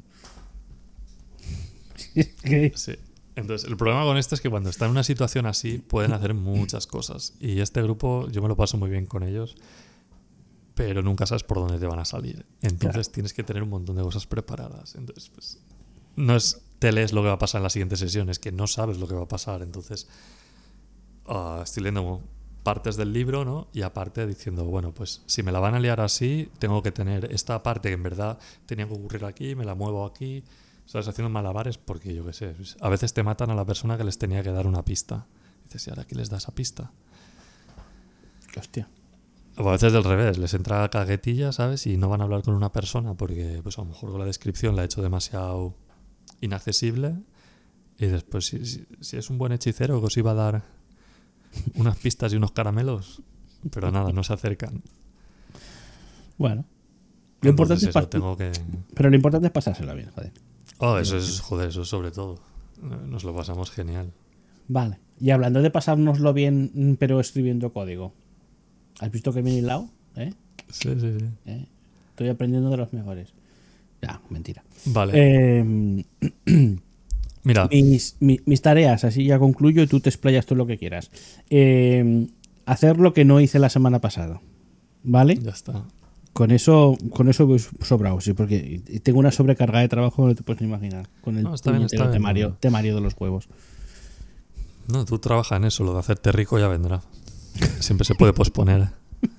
Sí. Entonces, el problema con esto es que cuando está en una situación así pueden hacer muchas cosas. Y este grupo, yo me lo paso muy bien con ellos, pero nunca sabes por dónde te van a salir. Entonces tienes que tener un montón de cosas preparadas. Entonces, pues, no es te lees lo que va a pasar en la siguiente sesión, es que no sabes lo que va a pasar. Entonces, estoy leyendo partes del libro, ¿no? Y aparte diciendo, bueno, pues si me la van a liar así, tengo que tener esta parte que en verdad tenía que ocurrir aquí, me la muevo aquí, ¿sabes? Haciendo malabares porque, yo qué sé, a veces te matan a la persona que les tenía que dar una pista. Y dices, ¿y ahora quién les da esa pista? Hostia. O a veces del revés, les entra caguetilla, ¿sabes? Y no van a hablar con una persona porque, pues a lo mejor con la descripción la he hecho demasiado inaccesible. Y después, si es un buen hechicero que os iba a dar unas pistas y unos caramelos, pero nada, no se acercan. Bueno, lo importante es pero lo importante es pasársela bien, joder. Eso es sobre todo. Nos lo pasamos genial. Vale. Y hablando de pasárnoslo bien, pero escribiendo código, ¿has visto que viene hilado? Sí. Estoy aprendiendo de los mejores. Ya, mentira. Vale. Mira. Mis tareas, así ya concluyo y tú te explayas todo lo que quieras. Hacer lo que no hice la semana pasada. ¿Vale? Ya está. Con eso voy sobrado, sí, porque tengo una sobrecarga de trabajo que no te puedes ni imaginar. Con el temario de los huevos. No, tú trabajas en eso, lo de hacerte rico ya vendrá. Siempre se puede posponer.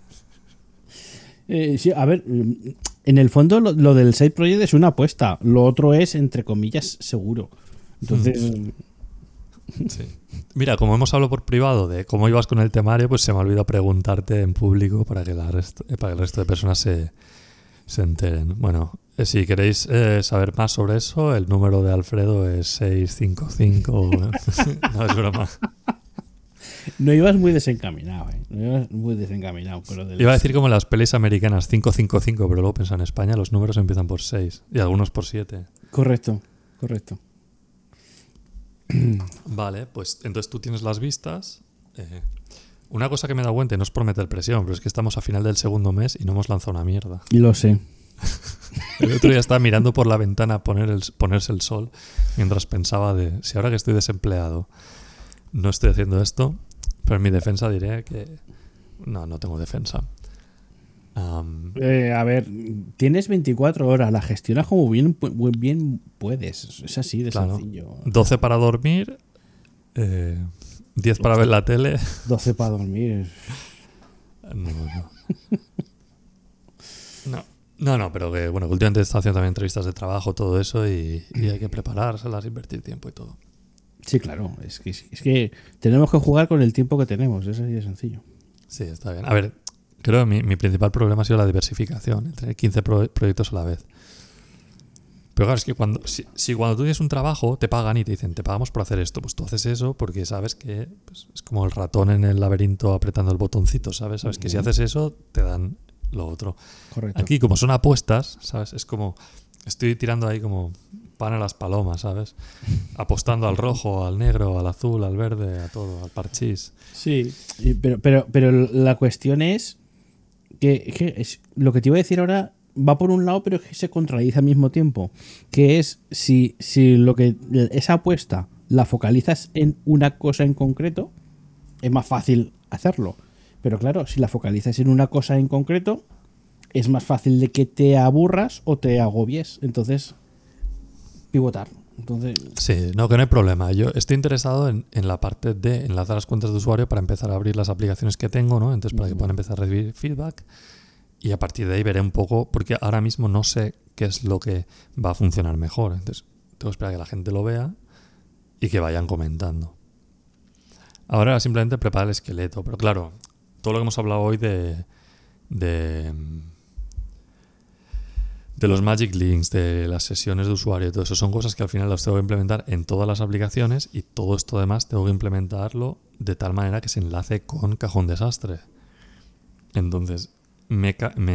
Sí, a ver, en el fondo lo del side project es una apuesta. Lo otro es, entre comillas, seguro. Entonces... Sí. Mira, como hemos hablado por privado de cómo ibas con el temario, pues se me ha olvidado preguntarte en público para que el resto de personas se enteren. Bueno, si queréis saber más sobre eso, el número de Alfredo es 655. No, es broma. No ibas muy desencaminado, No ibas muy desencaminado. Pero Iba a decir como en las pelis americanas, 555, pero luego pensaba en España, los números empiezan por 6 y algunos por 7. Correcto. Vale, pues entonces tú tienes las vistas. Una cosa que me da cuenta, y no es por meter presión, pero es que estamos a final del segundo mes y no hemos lanzado una mierda. Y lo sé. El otro día estaba mirando por la ventana a ponerse el sol mientras pensaba de si ahora que estoy desempleado no estoy haciendo esto, pero en mi defensa diré que no tengo defensa. A ver, tienes 24 horas, la gestionas como bien puedes. Es así de sencillo. 12 para dormir, 10 para ver la tele. 12 para dormir. No, pero que bueno, últimamente está haciendo también entrevistas de trabajo, todo eso, y hay que preparárselas, invertir tiempo y todo. Sí, claro, es que tenemos que jugar con el tiempo que tenemos, es así de sencillo. Sí, está bien. A ver, creo que mi principal problema ha sido la diversificación, el tener 15 proyectos a la vez. Pero claro, es que cuando tú tienes un trabajo, te pagan y te dicen, te pagamos por hacer esto, pues tú haces eso porque sabes que pues, es como el ratón en el laberinto apretando el botoncito, ¿sabes? Sabes que si haces eso, te dan lo otro. Correcto. Aquí, como son apuestas, ¿sabes? Es como, estoy tirando ahí como pan a las palomas, ¿sabes? Apostando al rojo, al negro, al azul, al verde, a todo, al parchís. Sí, pero la cuestión es que lo que te iba a decir ahora va por un lado, pero es que se contradice al mismo tiempo. Que es si esa apuesta la focalizas en una cosa en concreto, es más fácil hacerlo. Pero claro, si la focalizas en una cosa en concreto, es más fácil de que te aburras o te agobies. Entonces, pivotar. Entonces... Sí, no, que no hay problema. Yo estoy interesado en la parte de enlazar las cuentas de usuario para empezar a abrir las aplicaciones que tengo, ¿no? Entonces, para que puedan empezar a recibir feedback. Y a partir de ahí veré un poco, porque ahora mismo no sé qué es lo que va a funcionar mejor. Entonces, tengo que esperar a que la gente lo vea y que vayan comentando. Ahora simplemente preparar el esqueleto. Pero claro, todo lo que hemos hablado hoy de los Magic Links, de las sesiones de usuario y todo eso, son cosas que al final las tengo que implementar en todas las aplicaciones y todo esto además tengo que implementarlo de tal manera que se enlace con Cajón Desastre. Entonces, me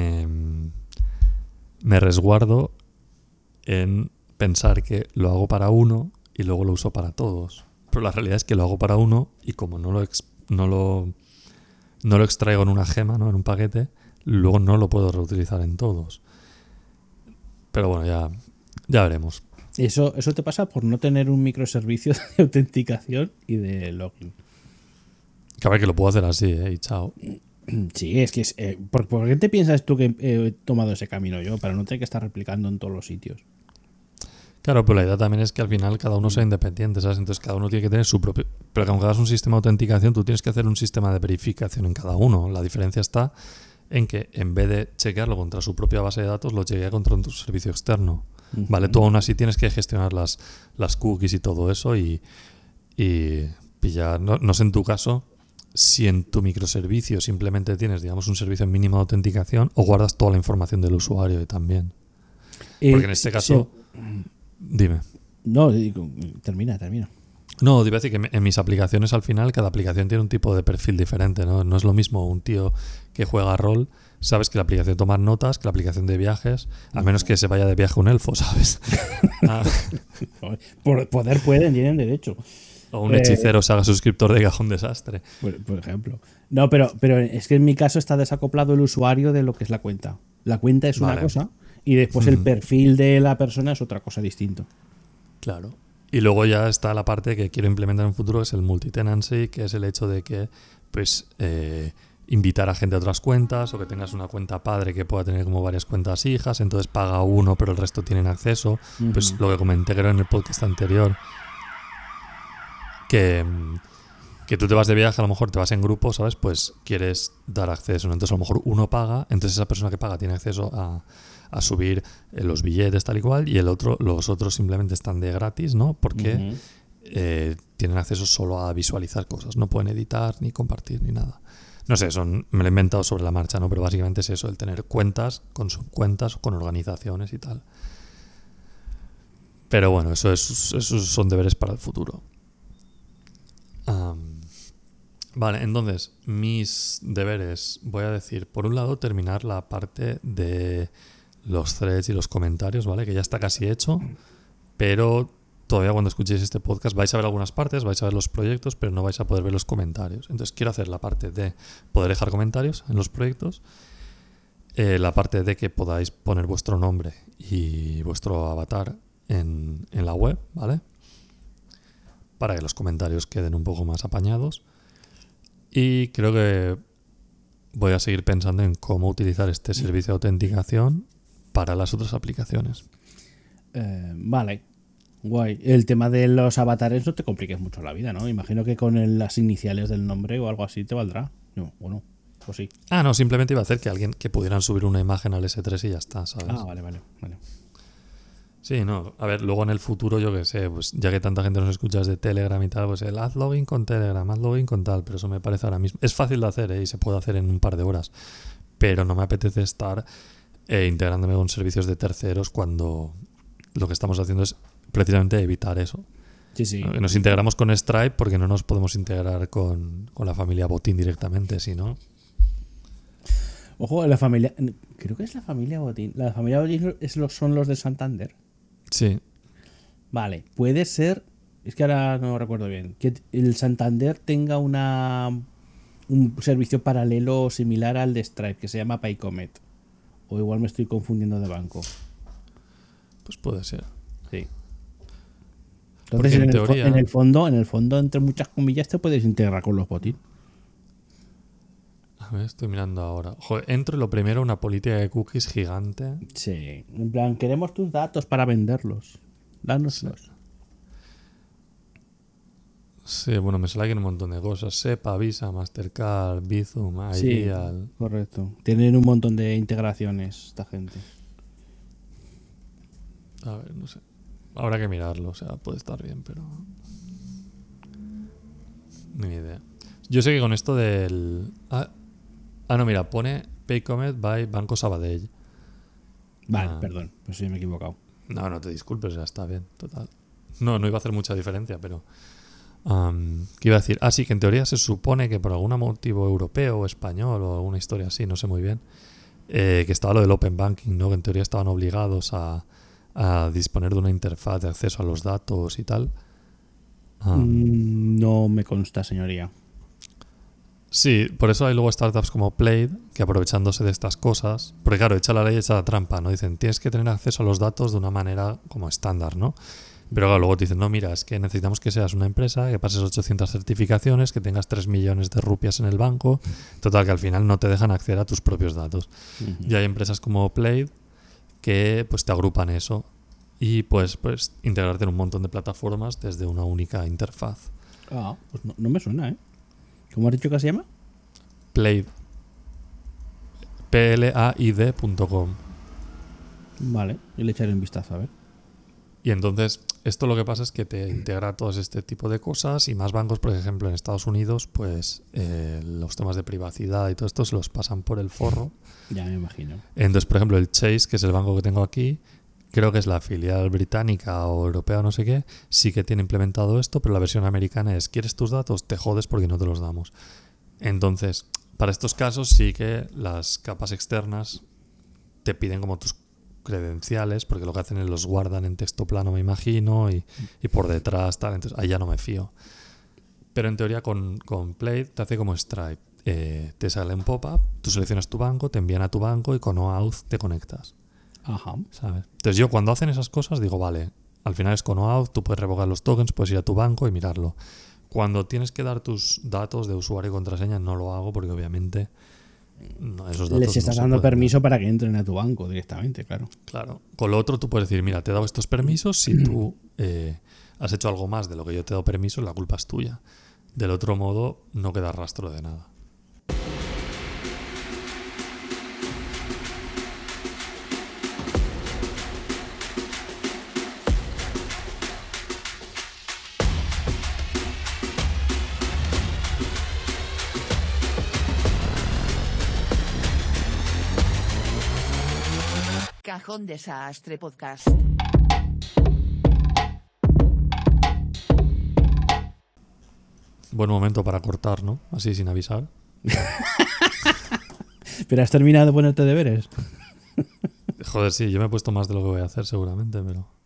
resguardo en pensar que lo hago para uno y luego lo uso para todos. Pero la realidad es que lo hago para uno y como no lo no lo extraigo en una gema, ¿no? En un paquete, luego no lo puedo reutilizar en todos. Pero bueno, ya veremos. Eso te pasa por no tener un microservicio de autenticación y de login. Cabe que lo puedo hacer así, y chao. Sí, es que es, ¿por qué te piensas tú que he tomado ese camino yo? Para no tener que estar replicando en todos los sitios. Claro, pero la idea también es que al final cada uno sea independiente, ¿sabes? Entonces cada uno tiene que tener su propio... Pero que aunque hagas un sistema de autenticación, tú tienes que hacer un sistema de verificación en cada uno. La diferencia está en que en vez de chequearlo contra su propia base de datos, lo chequea contra un servicio externo. ¿Vale? Tú aún así tienes que gestionar las cookies y todo eso y pillar... No sé en tu caso si en tu microservicio simplemente tienes, digamos, un servicio mínimo de autenticación o guardas toda la información del usuario y también. Porque en este caso... Sí. Dime. No, termina. No, te iba a decir que en mis aplicaciones al final cada aplicación tiene un tipo de perfil diferente, ¿no? No es lo mismo un tío que juega rol, sabes que la aplicación toma notas, que la aplicación de viajes, a menos que se vaya de viaje un elfo, ¿sabes? Por poder pueden, tienen derecho. O un hechicero se haga suscriptor de Cajón Desastre. Por ejemplo. No, pero es que en mi caso está desacoplado el usuario de lo que es la cuenta. La cuenta es una cosa y después el perfil de la persona es otra cosa distinta. Claro. Y luego ya está la parte que quiero implementar en un futuro, que es el multitenancy, que es el hecho de que pues invitar a gente a otras cuentas o que tengas una cuenta padre que pueda tener como varias cuentas hijas, entonces paga uno pero el resto tienen acceso. Pues lo que comenté creo en el podcast anterior, que tú te vas de viaje, a lo mejor te vas en grupo, ¿sabes? Pues quieres dar acceso, ¿no? Entonces a lo mejor uno paga, entonces esa persona que paga tiene acceso a subir los billetes tal y cual y los otros simplemente están de gratis, ¿no? Porque tienen acceso solo a visualizar cosas, no pueden editar ni compartir ni nada. No sé, me lo he inventado sobre la marcha, ¿no? Pero básicamente es eso, el tener cuentas con subcuentas, con organizaciones y tal. Pero bueno, esos son deberes para el futuro. Vale, entonces, mis deberes, voy a decir, por un lado, terminar la parte de los threads y los comentarios, ¿vale? Que ya está casi hecho, pero todavía cuando escuchéis este podcast vais a ver algunas partes, vais a ver los proyectos, pero no vais a poder ver los comentarios. Entonces quiero hacer la parte de poder dejar comentarios en los proyectos, la parte de que podáis poner vuestro nombre y vuestro avatar en la web, ¿vale? Para que los comentarios queden un poco más apañados. Y creo que voy a seguir pensando en cómo utilizar este servicio de autenticación para las otras aplicaciones. Vale, guay. El tema de los avatares no te compliques mucho la vida, ¿no? Imagino que con las iniciales del nombre o algo así te valdrá. No, o no, o sí. No, simplemente iba a hacer que pudieran subir una imagen al S3 y ya está, ¿sabes? Vale. Sí, no. A ver, luego en el futuro, yo qué sé, pues ya que tanta gente nos escucha desde Telegram y tal, pues el haz login con Telegram, haz login con tal, pero eso me parece ahora mismo. Es fácil de hacer, y se puede hacer en un par de horas, pero no me apetece estar integrándome con servicios de terceros cuando lo que estamos haciendo es precisamente evitar eso. Sí. Nos integramos con Stripe porque no nos podemos integrar con la familia Botín directamente, si no. Ojo, la familia... Creo que es la familia Botín. La familia Botín son los de Santander. Sí. Vale, puede ser... Es que ahora no recuerdo bien. Que el Santander tenga un servicio paralelo similar al de Stripe, que se llama Paycomet. O igual me estoy confundiendo de banco. Pues puede ser. Sí. Entonces, en el fondo, entre muchas comillas, te puedes integrar con los Botín. A ver, estoy mirando ahora. Joder, entro lo primero, una política de cookies gigante. Sí. En plan, queremos tus datos para venderlos. Dánoslos. Sí, bueno, me sale aquí un montón de cosas. SEPA, Visa, Mastercard, Bizum, Ideal. Sí, correcto. Tienen un montón de integraciones esta gente. A ver, no sé. Habrá que mirarlo, o sea, puede estar bien, pero... Ni idea. Yo sé que con esto del... no, mira, pone Paycomet by Banco Sabadell. Vale, perdón, pues sí me he equivocado. No te disculpes, ya está bien, total. No iba a hacer mucha diferencia, pero... ¿qué iba a decir? Sí, que en teoría se supone que por algún motivo europeo o español o alguna historia así, no sé muy bien, que estaba lo del Open Banking, ¿no? Que en teoría estaban obligados a disponer de una interfaz de acceso a los datos y tal. No me consta, señoría. Sí, por eso hay luego startups como Plaid que aprovechándose de estas cosas, porque claro, echa la ley, echa la trampa, ¿no? Dicen, tienes que tener acceso a los datos de una manera como estándar, ¿no? Pero claro, luego te dicen, no, mira, es que necesitamos que seas una empresa, que pases 800 certificaciones, que tengas 3 millones de rupias en el banco, total, que al final no te dejan acceder a tus propios datos. Y hay empresas como Plaid que pues te agrupan eso y pues integrarte en un montón de plataformas desde una única interfaz. Ah, pues no me suena, ¿eh? ¿Cómo has dicho que se llama? Plaid. plaid.com. Vale, y le echaré un vistazo, a ver. Y entonces, esto lo que pasa es que te integra todo este tipo de cosas y más bancos, por ejemplo, en Estados Unidos, pues los temas de privacidad y todo esto se los pasan por el forro. Ya me imagino. Entonces, por ejemplo, el Chase, que es el banco que tengo aquí, creo que es la filial británica o europea o no sé qué, sí que tiene implementado esto, pero la versión americana es, ¿quieres tus datos? Te jodes porque no te los damos. Entonces, para estos casos sí que las capas externas te piden como tus credenciales, porque lo que hacen es los guardan en texto plano, me imagino, y por detrás tal, entonces ahí ya no me fío. Pero en teoría con Plaid te hace como Stripe. Te sale un pop-up, tú seleccionas tu banco, te envían a tu banco y con OAuth te conectas. Ajá. ¿Sabes? Entonces yo cuando hacen esas cosas digo, vale, al final es con OAuth, tú puedes revocar los tokens, puedes ir a tu banco y mirarlo. Cuando tienes que dar tus datos de usuario y contraseña no lo hago porque obviamente no, esos datos Les estás no se dando pueden permiso dar. para que entren a tu banco directamente, claro. Claro. Con lo otro tú puedes decir, mira, te he dado estos permisos, si tú has hecho algo más de lo que yo te he dado permiso, la culpa es tuya. Del otro modo, no queda rastro de nada. Cajón Desastre Podcast. Buen momento para cortar, ¿no? Así sin avisar. ¿Pero has terminado de ponerte deberes? Joder, sí, yo me he puesto más de lo que voy a hacer seguramente, pero...